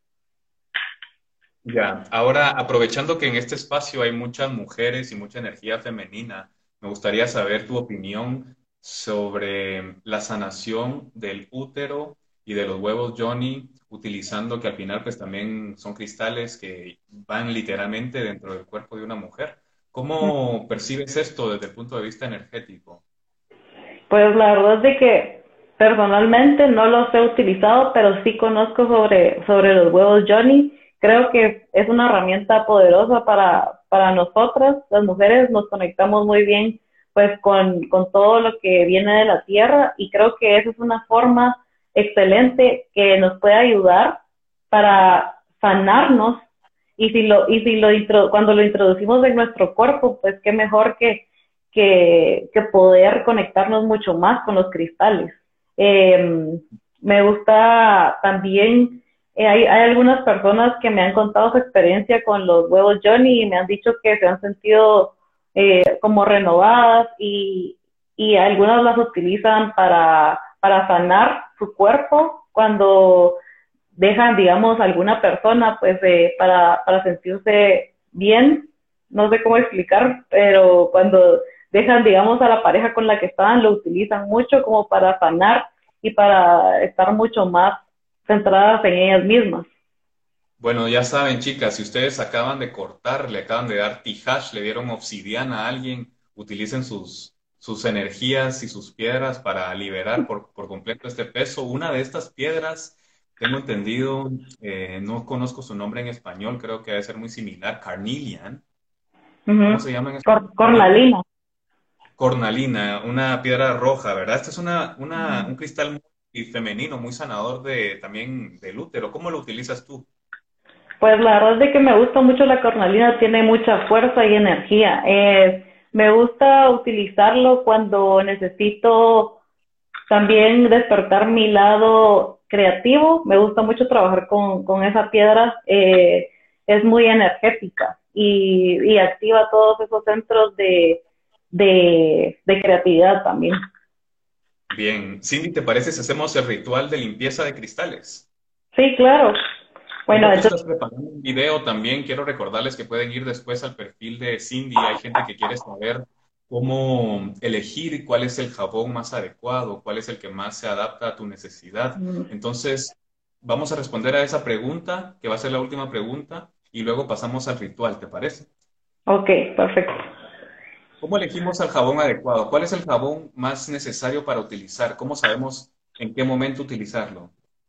Ya, ahora aprovechando que en este espacio hay muchas mujeres y mucha energía femenina, me gustaría saber tu opinión sobre la sanación del útero y de los huevos Johnny, utilizando que al final pues también son cristales que van literalmente dentro del cuerpo de una mujer. ¿Cómo percibes esto desde el punto de vista energético? Pues la verdad es de que personalmente no los he utilizado, pero sí conozco sobre, sobre los huevos Johnny. Creo que es una herramienta poderosa para, para nosotras, las mujeres nos conectamos muy bien pues con, con todo lo que viene de la tierra, y creo que esa es una forma excelente que nos puede ayudar para sanarnos, y si lo, y si lo intro, cuando lo introducimos en nuestro cuerpo, pues qué mejor que que, que poder conectarnos mucho más con los cristales. Eh, Me gusta también, eh, hay, hay algunas personas que me han contado su experiencia con los huevos Johnny y me han dicho que se han sentido eh, como renovadas, y, y algunas las utilizan para, para sanar su cuerpo cuando dejan, digamos, alguna persona, pues, eh, para, para sentirse bien. No sé cómo explicar, pero cuando dejan, digamos, a la pareja con la que estaban, lo utilizan mucho como para sanar y para estar mucho más centradas en ellas mismas. Bueno, ya saben, chicas, si ustedes acaban de cortar, le acaban de dar tijash, le dieron obsidiana a alguien, utilicen sus, sus energías y sus piedras para liberar por, por completo este peso. Una de estas piedras, tengo entendido, eh, no conozco su nombre en español, creo que debe ser muy similar, carnelian. ¿Cómo Ujú. se llama en Cor español? Carnelian. cornalina. Cornalina, una piedra roja, ¿verdad? Este es una, una, un cristal muy femenino, muy sanador de, también del útero. ¿Cómo lo utilizas tú? Pues la verdad es de que me gusta mucho la cornalina, tiene mucha fuerza y energía. Eh, me gusta utilizarlo cuando necesito también despertar mi lado creativo. Me gusta mucho trabajar con, con esa piedra. Eh, es muy energética y, y activa todos esos centros de, de, de creatividad también. Bien, Cindy, ¿te parece si hacemos el ritual de limpieza de cristales? Sí, claro. Sé que Bueno, tú entonces, estás preparando un video también. Quiero recordarles que pueden ir después al perfil de Cindy. Hay gente que quiere saber cómo elegir cuál es el jabón más adecuado, cuál es el que más se adapta a tu necesidad. mm, Entonces, vamos a responder a esa pregunta, que va a ser la última pregunta, y luego pasamos al ritual, ¿te parece? ok, perfecto. ¿Cómo elegimos el jabón adecuado? ¿Cuál es el jabón más necesario para utilizar? ¿Cómo sabemos en qué momento utilizarlo?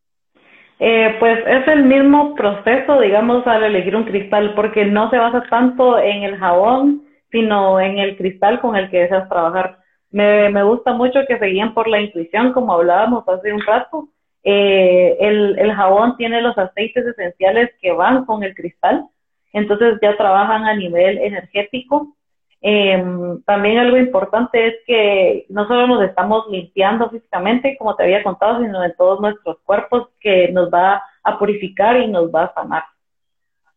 Eh, pues es el mismo proceso, digamos, al elegir un cristal, porque no se basa tanto en el jabón, sino en el cristal con el que deseas trabajar. Me, me gusta mucho que se guíen por la intuición, como hablábamos hace un rato. Eh, el, el jabón tiene los aceites esenciales que van con el cristal, entonces ya trabajan a nivel energético. Eh, También algo importante es que no solo nos estamos limpiando físicamente, como te había contado, sino en todos nuestros cuerpos, que nos va a purificar y nos va a sanar.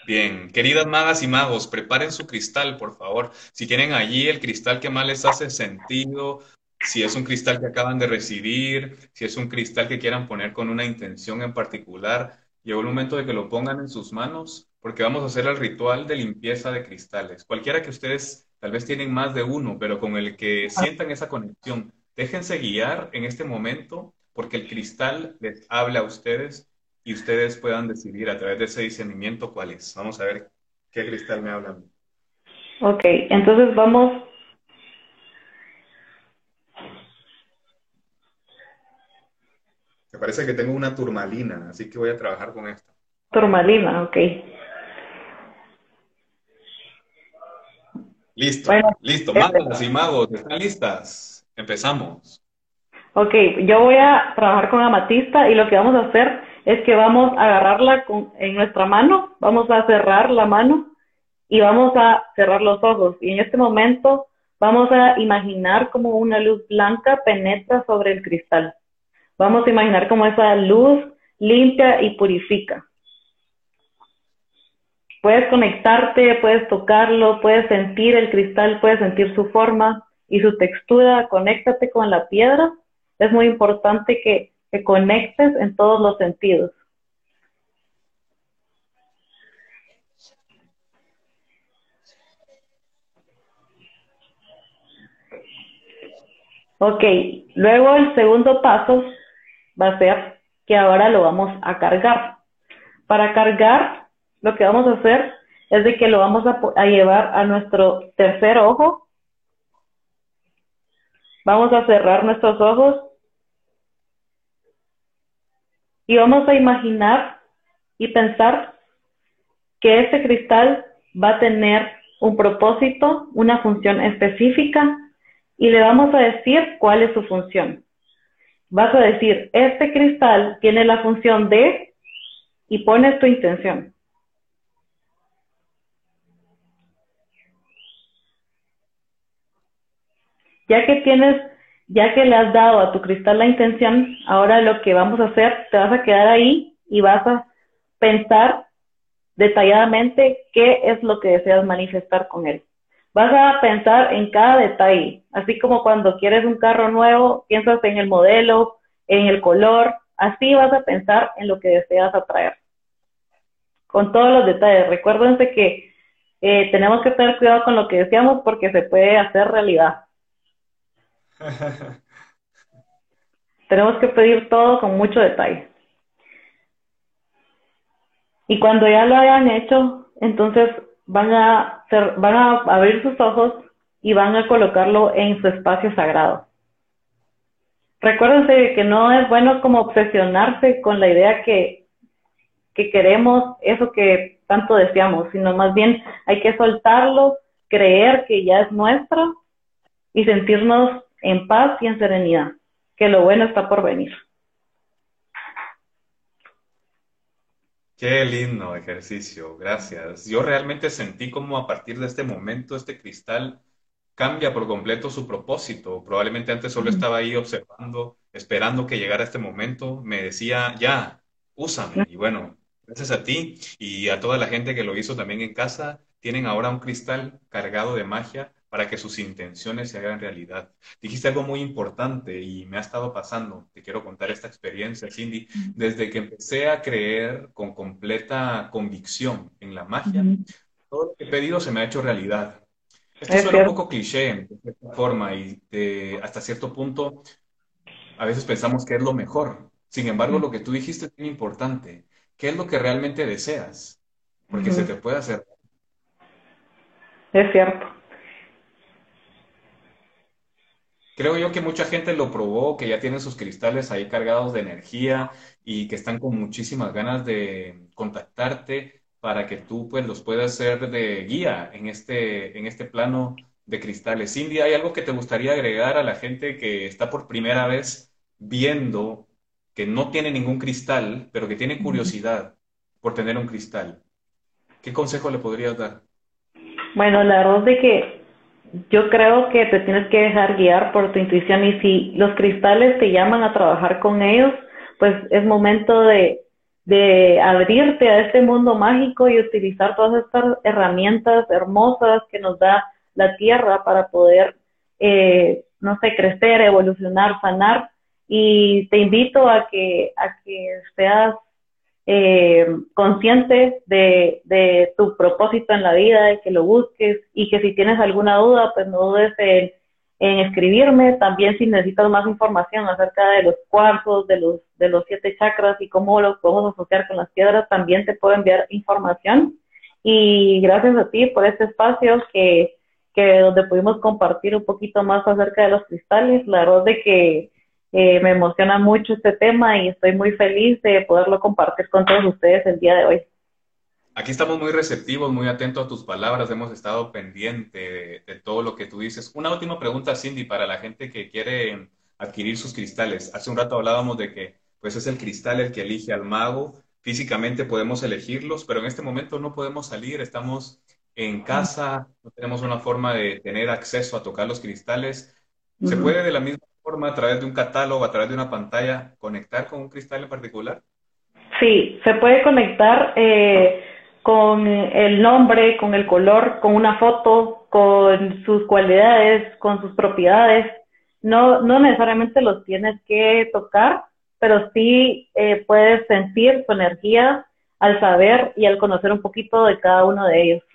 Bien, queridas magas y magos, preparen su cristal, por favor. Si tienen allí el cristal que más les hace sentido, si es un cristal que acaban de recibir, si es un cristal que quieran poner con una intención en particular, llegó el momento de que lo pongan en sus manos, porque vamos a hacer el ritual de limpieza de cristales. Cualquiera que ustedes tal vez tienen más de uno, pero con el que sientan esa conexión, déjense guiar en este momento, porque el cristal les habla a ustedes y ustedes puedan decidir a través de ese discernimiento cuál es. Vamos a ver qué cristal me habla a mí. Ok, entonces vamos, Me parece que tengo una turmalina, así que voy a trabajar con esta. turmalina, ok. Listo, Bueno, listo. este, Magas y magos, ¿están listas? Empezamos. ok, yo voy a trabajar con amatista y lo que vamos a hacer es que vamos a agarrarla con, en nuestra mano, vamos a cerrar la mano y vamos a cerrar los ojos. Y en este momento vamos a imaginar como una luz blanca penetra sobre el cristal. Vamos a imaginar como esa luz limpia y purifica. Puedes conectarte, puedes tocarlo, puedes sentir el cristal, puedes sentir su forma y su textura. Conéctate con la piedra. Es muy importante que, que conectes en todos los sentidos. Ok, luego el segundo paso va a ser que ahora lo vamos a cargar. Para cargar, lo que vamos a hacer es de que lo vamos a, a llevar a nuestro tercer ojo. Vamos a cerrar nuestros ojos y vamos a imaginar y pensar que este cristal va a tener un propósito, una función específica y le vamos a decir cuál es su función. Vas a decir, este cristal tiene la función de, y pones tu intención. Ya que tienes, ya que le has dado a tu cristal la intención, ahora lo que vamos a hacer, te vas a quedar ahí y vas a pensar detalladamente qué es lo que deseas manifestar con él. Vas a pensar en cada detalle, así como cuando quieres un carro nuevo, piensas en el modelo, en el color, así vas a pensar en lo que deseas atraer. Con todos los detalles. Recuérdense que eh, tenemos que tener cuidado con lo que deseamos porque se puede hacer realidad. Tenemos que pedir todo con mucho detalle. Y cuando ya lo hayan hecho, entonces van a, ser, van a abrir sus ojos y van a colocarlo en su espacio sagrado. Recuérdense que no es bueno como obsesionarse con la idea que, que queremos eso que tanto deseamos, sino más bien hay que soltarlo, creer que ya es nuestro y sentirnos en paz y en serenidad, que lo bueno está por venir. Qué lindo ejercicio, gracias. Yo realmente sentí como a partir de este momento este cristal cambia por completo su propósito. Probablemente antes solo estaba ahí observando, esperando que llegara este momento. Me decía, ya, úsame. Y bueno, gracias a ti y a toda la gente que lo hizo también en casa, tienen ahora un cristal cargado de magia para que sus intenciones se hagan realidad. Dijiste algo muy importante y me ha estado pasando. Te quiero contar esta experiencia, Cindy. Desde que empecé a creer con completa convicción en la magia, todo lo que he pedido se me ha hecho realidad. Esto Es suena un cierto. poco cliché en cierta forma y de- hasta cierto punto a veces pensamos que es lo mejor. Sin embargo, lo que tú dijiste es muy importante. ¿Qué es lo que realmente deseas? Porque se te puede hacer. Es cierto. Creo yo que mucha gente lo probó, que ya tienen sus cristales ahí cargados de energía y que están con muchísimas ganas de contactarte para que tú pues los puedas ser de guía en este, en este plano de cristales. Cindy, ¿hay algo que te gustaría agregar a la gente que está por primera vez viendo que no tiene ningún cristal, pero que tiene curiosidad por tener un cristal? ¿Qué consejo le podrías dar? Bueno, la verdad es de que yo creo que te tienes que dejar guiar por tu intuición y si los cristales te llaman a trabajar con ellos, pues es momento de, de abrirte a este mundo mágico y utilizar todas estas herramientas hermosas que nos da la tierra para poder, eh, no sé, crecer, evolucionar, sanar. Y te invito a que, a que seas eh, consciente de, de tu propósito en la vida, de que lo busques y que si tienes alguna duda, pues no dudes en, en escribirme. También si necesitas más información acerca de los cuarzos, de los, de los siete chakras y cómo los podemos asociar con las piedras, también te puedo enviar información. Y gracias a ti por este espacio que, que donde pudimos compartir un poquito más acerca de los cristales. La verdad es de que eh, me emociona mucho este tema y estoy muy feliz de poderlo compartir con todos ustedes el día de hoy. Aquí estamos muy receptivos, muy atentos a tus palabras, hemos estado pendiente de, de todo lo que tú dices. Una última pregunta, Cindy, para la gente que quiere adquirir sus cristales. Hace un rato hablábamos de que pues es el cristal el que elige al mago. Físicamente podemos elegirlos, pero en este momento no podemos salir, estamos en casa, no tenemos una forma de tener acceso a tocar los cristales. ¿Se Ujú. puede de la misma forma, a través de un catálogo, a través de una pantalla, conectar con un cristal en particular? Sí, se puede conectar eh, con el nombre, con el color, con una foto, con sus cualidades, con sus propiedades. No, no necesariamente los tienes que tocar, pero sí eh, puedes sentir su energía al saber y al conocer un poquito de cada uno de ellos.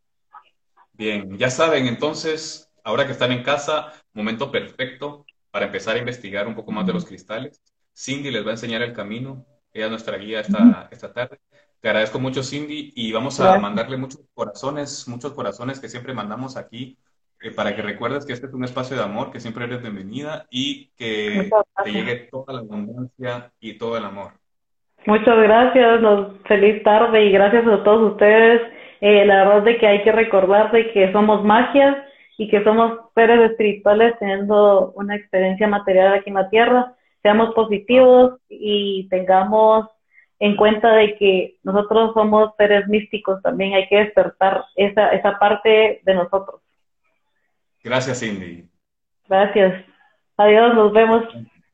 Bien, ya saben, entonces, ahora que están en casa, momento perfecto para empezar a investigar un poco más de los cristales. Cindy les va a enseñar el camino, ella es nuestra guía esta, esta tarde. Te agradezco mucho, Cindy, y vamos a Gracias. mandarle muchos corazones, muchos corazones que siempre mandamos aquí, eh, para que recuerdes que este es un espacio de amor, que siempre eres bienvenida y que Muchas te gracias. llegue toda la abundancia y todo el amor. Muchas gracias, nos, feliz tarde y gracias a todos ustedes. Eh, la verdad es de que hay que recordar de que somos magia y que somos seres espirituales teniendo una experiencia material aquí en la tierra. Seamos Wow. positivos y tengamos en cuenta de que nosotros somos seres místicos también. Hay que despertar esa, esa parte de nosotros. Gracias, Cindy. Gracias. Adiós, nos vemos.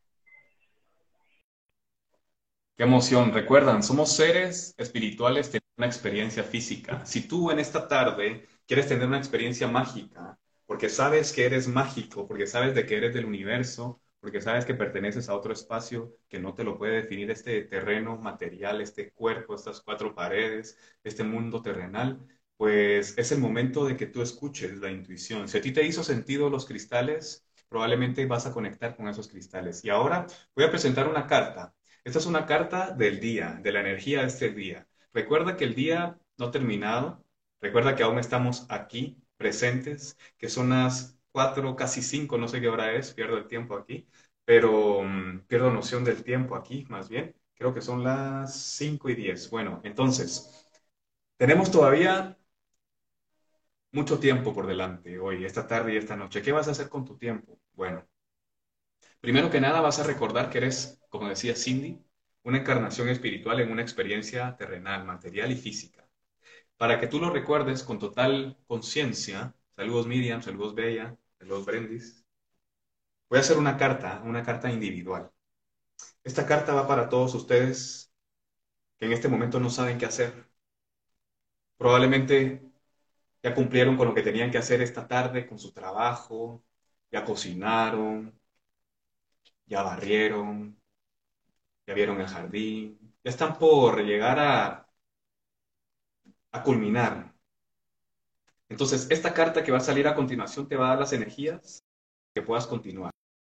Qué emoción. Recuerdan, somos seres espirituales teniendo una experiencia física. Si tú en esta tarde quieres tener una experiencia mágica, porque sabes que eres mágico, porque sabes de que eres del universo, porque sabes que perteneces a otro espacio que no te lo puede definir este terreno material, este cuerpo, estas cuatro paredes, este mundo terrenal, pues es el momento de que tú escuches la intuición. Si a ti te hizo sentido los cristales, probablemente vas a conectar con esos cristales. Y ahora voy a presentar una carta. Esta es una carta del día, de la energía de este día. Recuerda que el día no ha terminado. Recuerda que aún estamos aquí, presentes, que son las cuatro, casi cinco, no sé qué hora es, pierdo el tiempo aquí, pero um, pierdo noción del tiempo aquí, más bien. Creo que son las cinco y diez. Bueno, entonces, tenemos todavía mucho tiempo por delante hoy, esta tarde y esta noche. ¿Qué vas a hacer con tu tiempo? Bueno, primero que nada vas a recordar que eres, como decía Cindy, una encarnación espiritual en una experiencia terrenal, material y física. Para que tú lo recuerdes con total conciencia, saludos Miriam, saludos Bella, saludos Brendis, voy a hacer una carta, una carta individual. Esta carta va para todos ustedes que en este momento no saben qué hacer. Probablemente ya cumplieron con lo que tenían que hacer esta tarde, con su trabajo, ya cocinaron, ya barrieron, ya vieron el jardín, ya están por llegar a, a culminar. Entonces, esta carta que va a salir a continuación te va a dar las energías que puedas continuar.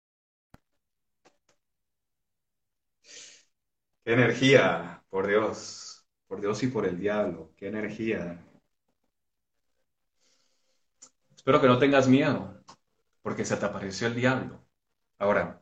¡Qué energía! Por Dios, por Dios y por el diablo, qué energía. Espero que no tengas miedo, porque se te apareció el diablo. Ahora,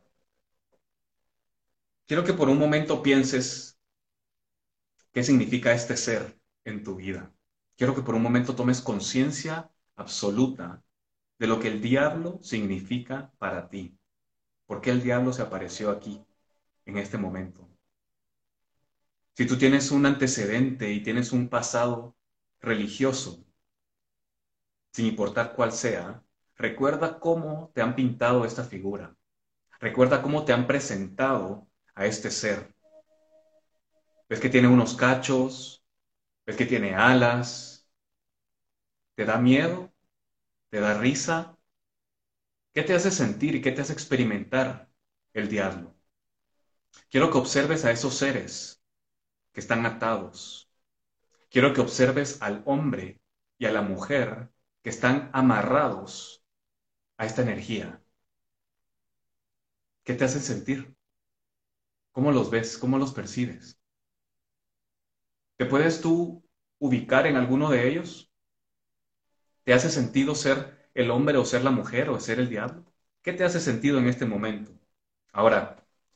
quiero que por un momento pienses qué significa este ser en tu vida. Quiero que por un momento tomes conciencia absoluta de lo que el diablo significa para ti. ¿Por qué el diablo se apareció aquí, en este momento? Si tú tienes un antecedente y tienes un pasado religioso, sin importar cuál sea, recuerda cómo te han pintado esta figura. Recuerda cómo te han presentado a este ser. ves que tiene unos cachos, ves que tiene alas, ¿te da miedo? ¿Te da risa? ¿Qué te hace sentir y qué te hace experimentar el diablo? Quiero que observes a esos seres que están atados. Quiero que observes al hombre y a la mujer que están amarrados a esta energía. ¿Qué te hace sentir? ¿Cómo los ves? ¿Cómo los percibes? ¿Te puedes tú ubicar en alguno de ellos? ¿Te hace sentido ser el hombre o ser la mujer o ser el diablo? ¿Qué te hace sentido en este momento? Ahora,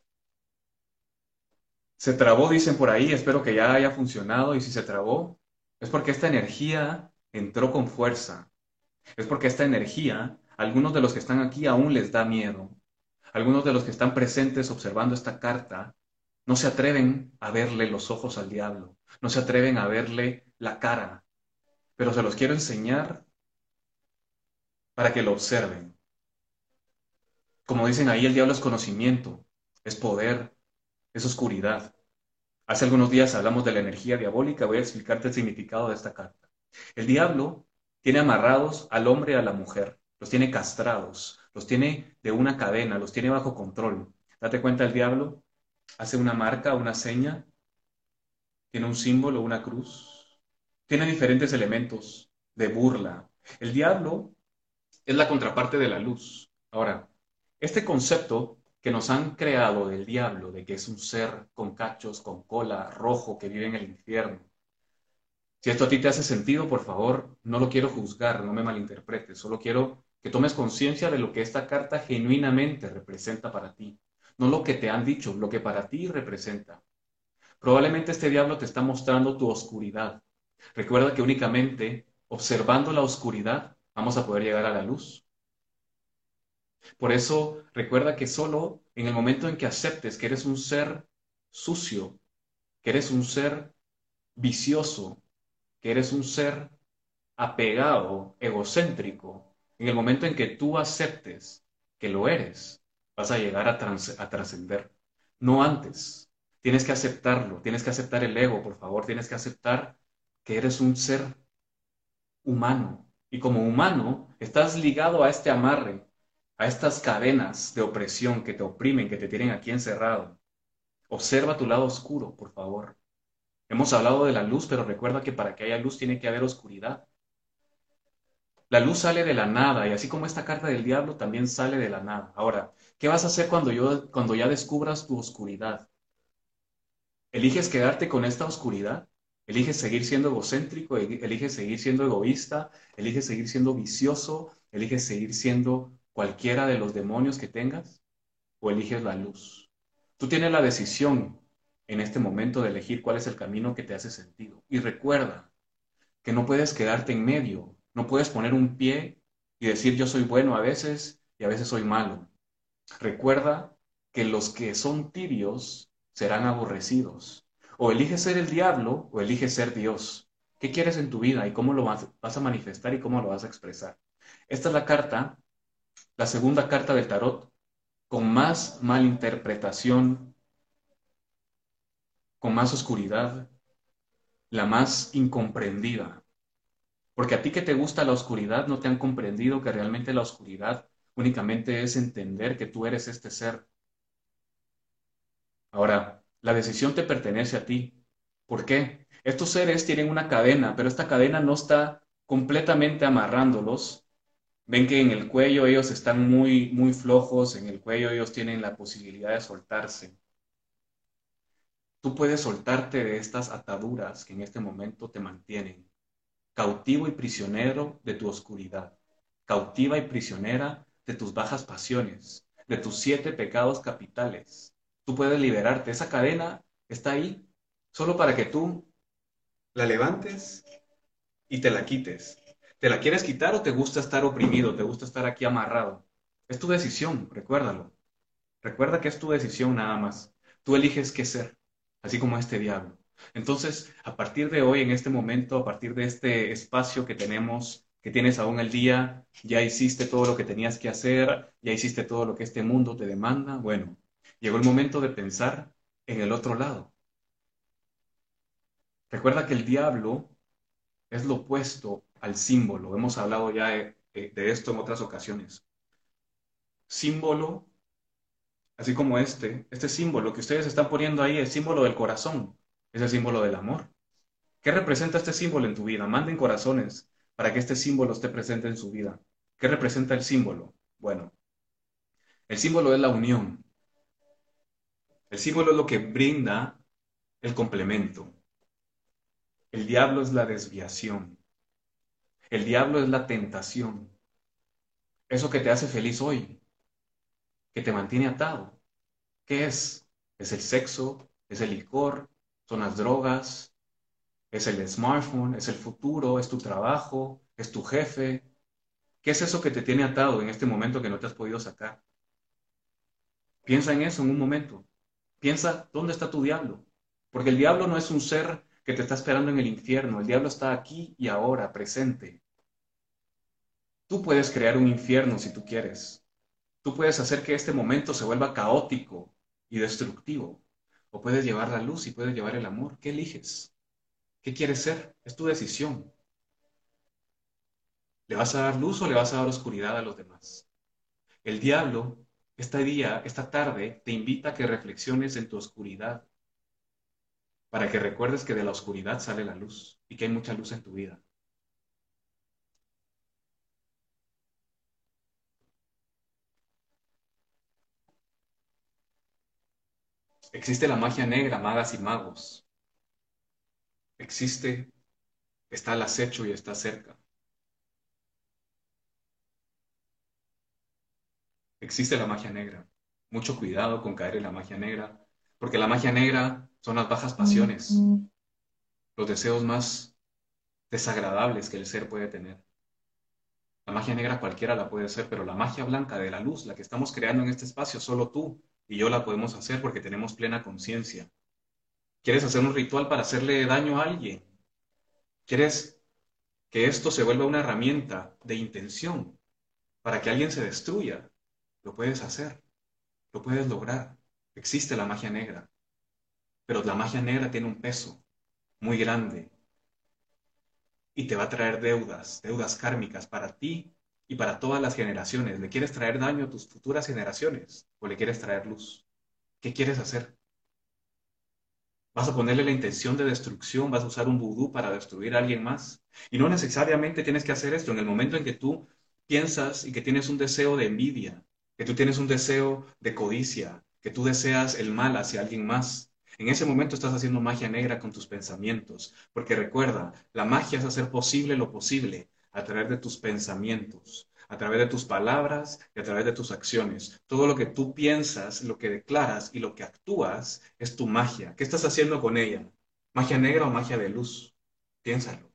se trabó, dicen por ahí, espero que ya haya funcionado y si se trabó, es porque esta energía entró con fuerza. Es porque esta energía, algunos de los que están aquí aún les da miedo. Algunos de los que están presentes observando esta carta no se atreven a verle los ojos al diablo, no se atreven a verle la cara, pero se los quiero enseñar para que lo observen. Como dicen ahí, el diablo es conocimiento, es poder, es oscuridad. Hace algunos días hablamos de la energía diabólica, voy a explicarte el significado de esta carta. El diablo tiene amarrados al hombre y a la mujer, los tiene castrados, los tiene de una cadena, los tiene bajo control. Date cuenta, el diablo hace una marca, una seña, tiene un símbolo, una cruz, tiene diferentes elementos de burla. El diablo es la contraparte de la luz. Ahora, este concepto que nos han creado del diablo, de que es un ser con cachos, con cola, rojo, que vive en el infierno. Si esto a ti te hace sentido, por favor, no lo quiero juzgar, no me malinterpretes, solo quiero que tomes conciencia de lo que esta carta genuinamente representa para ti, no lo que te han dicho, lo que para ti representa. Probablemente este diablo te está mostrando tu oscuridad. Recuerda que únicamente observando la oscuridad vamos a poder llegar a la luz. Por eso, recuerda que solo en el momento en que aceptes que eres un ser sucio, que eres un ser vicioso, que eres un ser apegado, egocéntrico, en el momento en que tú aceptes que lo eres, vas a llegar a, trans a trascender. No antes. Tienes que aceptarlo, tienes que aceptar el ego, por favor, tienes que aceptar que eres un ser humano. Y como humano, estás ligado a este amarre, a estas cadenas de opresión que te oprimen, que te tienen aquí encerrado. Observa tu lado oscuro, por favor. Hemos hablado de la luz, pero recuerda que para que haya luz tiene que haber oscuridad. La luz sale de la nada y así como esta carta del diablo también sale de la nada. Ahora, ¿qué vas a hacer cuando, yo, cuando ya descubras tu oscuridad? ¿Eliges quedarte con esta oscuridad? ¿Eliges seguir siendo egocéntrico? ¿Eliges seguir siendo egoísta? ¿Eliges seguir siendo vicioso? ¿Eliges seguir siendo cualquiera de los demonios que tengas? ¿O eliges la luz? Tú tienes la decisión en este momento de elegir cuál es el camino que te hace sentido. Y recuerda que no puedes quedarte en medio, no puedes poner un pie y decir yo soy bueno a veces y a veces soy malo. Recuerda que los que son tibios serán aborrecidos. O eliges ser el diablo o eliges ser Dios. ¿Qué quieres en tu vida y cómo lo vas, vas a manifestar y cómo lo vas a expresar? Esta es la carta, la segunda carta del tarot, con más malinterpretación, con más oscuridad, la más incomprendida. Porque a ti que te gusta la oscuridad, no te han comprendido que realmente la oscuridad únicamente es entender que tú eres este ser. Ahora, la decisión te pertenece a ti. ¿Por qué? Estos seres tienen una cadena, pero esta cadena no está completamente amarrándolos. Ven que en el cuello ellos están muy, muy flojos, en el cuello ellos tienen la posibilidad de soltarse. Tú puedes soltarte de estas ataduras que en este momento te mantienen, cautivo y prisionero de tu oscuridad, cautiva y prisionera de tus bajas pasiones, de tus siete pecados capitales. Tú puedes liberarte. Esa cadena está ahí solo para que tú la levantes y te la quites. ¿Te la quieres quitar o te gusta estar oprimido? ¿Te gusta estar aquí amarrado? Es tu decisión, recuérdalo. Recuerda que es tu decisión nada más. Tú eliges qué ser, así como este diablo. Entonces, a partir de hoy, en este momento, a partir de este espacio que tenemos, que tienes aún el día, ya hiciste todo lo que tenías que hacer, ya hiciste todo lo que este mundo te demanda. Bueno, llegó el momento de pensar en el otro lado. Recuerda que el diablo es lo opuesto al símbolo. Hemos hablado ya de, de esto en otras ocasiones. Símbolo, así como este, este símbolo que ustedes están poniendo ahí, el símbolo del corazón, es el símbolo del amor. ¿Qué representa este símbolo en tu vida? Manden corazones para que este símbolo esté presente en su vida. ¿Qué representa el símbolo? Bueno, el símbolo es la unión. El símbolo es lo que brinda el complemento. El diablo es la desviación. El diablo es la tentación. Eso que te hace feliz hoy, que te mantiene atado. ¿Qué es? Es el sexo, es el licor, son las drogas, es el smartphone, es el futuro, es tu trabajo, es tu jefe. ¿Qué es eso que te tiene atado en este momento que no te has podido sacar? Piensa en eso en un momento. Piensa, ¿dónde está tu diablo? Porque el diablo no es un ser que te está esperando en el infierno. El diablo está aquí y ahora, presente. Tú puedes crear un infierno si tú quieres. Tú puedes hacer que este momento se vuelva caótico y destructivo. O puedes llevar la luz y puedes llevar el amor. ¿Qué eliges? ¿Qué quieres ser? Es tu decisión. ¿Le vas a dar luz o le vas a dar oscuridad a los demás? El diablo, este día, esta tarde, te invita a que reflexiones en tu oscuridad, para que recuerdes que de la oscuridad sale la luz y que hay mucha luz en tu vida. Existe la magia negra, magas y magos. Existe, está al acecho y está cerca. Existe la magia negra. Mucho cuidado con caer en la magia negra, porque la magia negra son las bajas pasiones, los deseos más desagradables que el ser puede tener. La magia negra cualquiera la puede hacer, pero la magia blanca de la luz, la que estamos creando en este espacio, solo tú y yo la podemos hacer porque tenemos plena conciencia. ¿Quieres hacer un ritual para hacerle daño a alguien? ¿Quieres que esto se vuelva una herramienta de intención para que alguien se destruya? Lo puedes hacer, lo puedes lograr. Existe la magia negra, pero la magia negra tiene un peso muy grande y te va a traer deudas, deudas kármicas para ti y para todas las generaciones. ¿Le quieres traer daño a tus futuras generaciones o le quieres traer luz? ¿Qué quieres hacer? ¿Vas a ponerle la intención de destrucción? ¿Vas a usar un vudú para destruir a alguien más? Y no necesariamente tienes que hacer esto en el momento en que tú piensas y que tienes un deseo de envidia, que tú tienes un deseo de codicia, que tú deseas el mal hacia alguien más. En ese momento estás haciendo magia negra con tus pensamientos, porque recuerda, la magia es hacer posible lo posible a través de tus pensamientos, a través de tus palabras y a través de tus acciones. Todo lo que tú piensas, lo que declaras y lo que actúas es tu magia. ¿Qué estás haciendo con ella? ¿Magia negra o magia de luz? Piénsalo.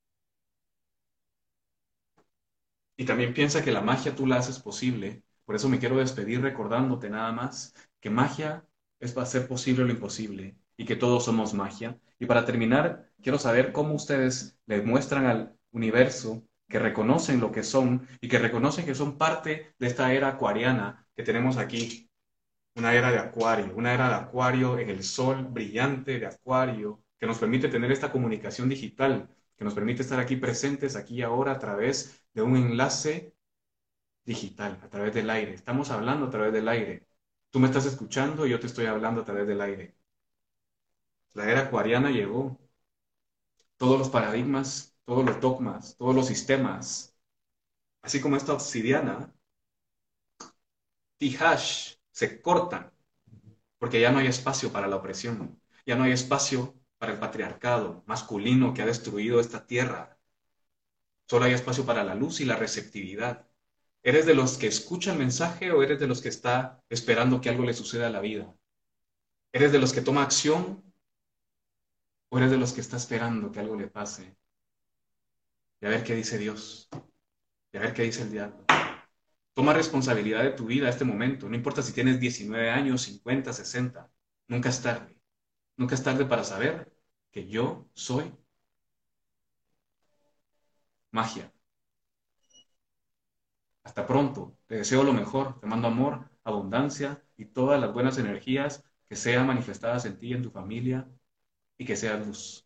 Y también piensa que la magia tú la haces posible. Por eso me quiero despedir recordándote nada más que magia es hacer posible lo imposible y que todos somos magia. Y para terminar, quiero saber cómo ustedes le muestran al universo que reconocen lo que son y que reconocen que son parte de esta era acuariana que tenemos aquí. Una era de Acuario, una era de Acuario en el sol brillante de Acuario, que nos permite tener esta comunicación digital, que nos permite estar aquí presentes, aquí y ahora, a través de un enlace digital, a través del aire. Estamos hablando a través del aire. Tú me estás escuchando y yo te estoy hablando a través del aire. La era acuariana llegó. Todos los paradigmas, todos los dogmas, todos los sistemas, así como esta obsidiana, Tihash, se cortan porque ya no hay espacio para la opresión, ya no hay espacio para el patriarcado masculino que ha destruido esta tierra. Solo hay espacio para la luz y la receptividad. ¿Eres de los que escucha el mensaje o eres de los que está esperando que algo le suceda a la vida? ¿Eres de los que toma acción o eres de los que está esperando que algo le pase? Y a ver qué dice Dios, y a ver qué dice el diablo. Toma responsabilidad de tu vida a este momento. No importa si tienes diecinueve años, cincuenta, sesenta. Nunca es tarde. Nunca es tarde para saber que yo soy magia. Hasta pronto. Te deseo lo mejor. Te mando amor, abundancia y todas las buenas energías que sean manifestadas en ti y en tu familia y que seas luz.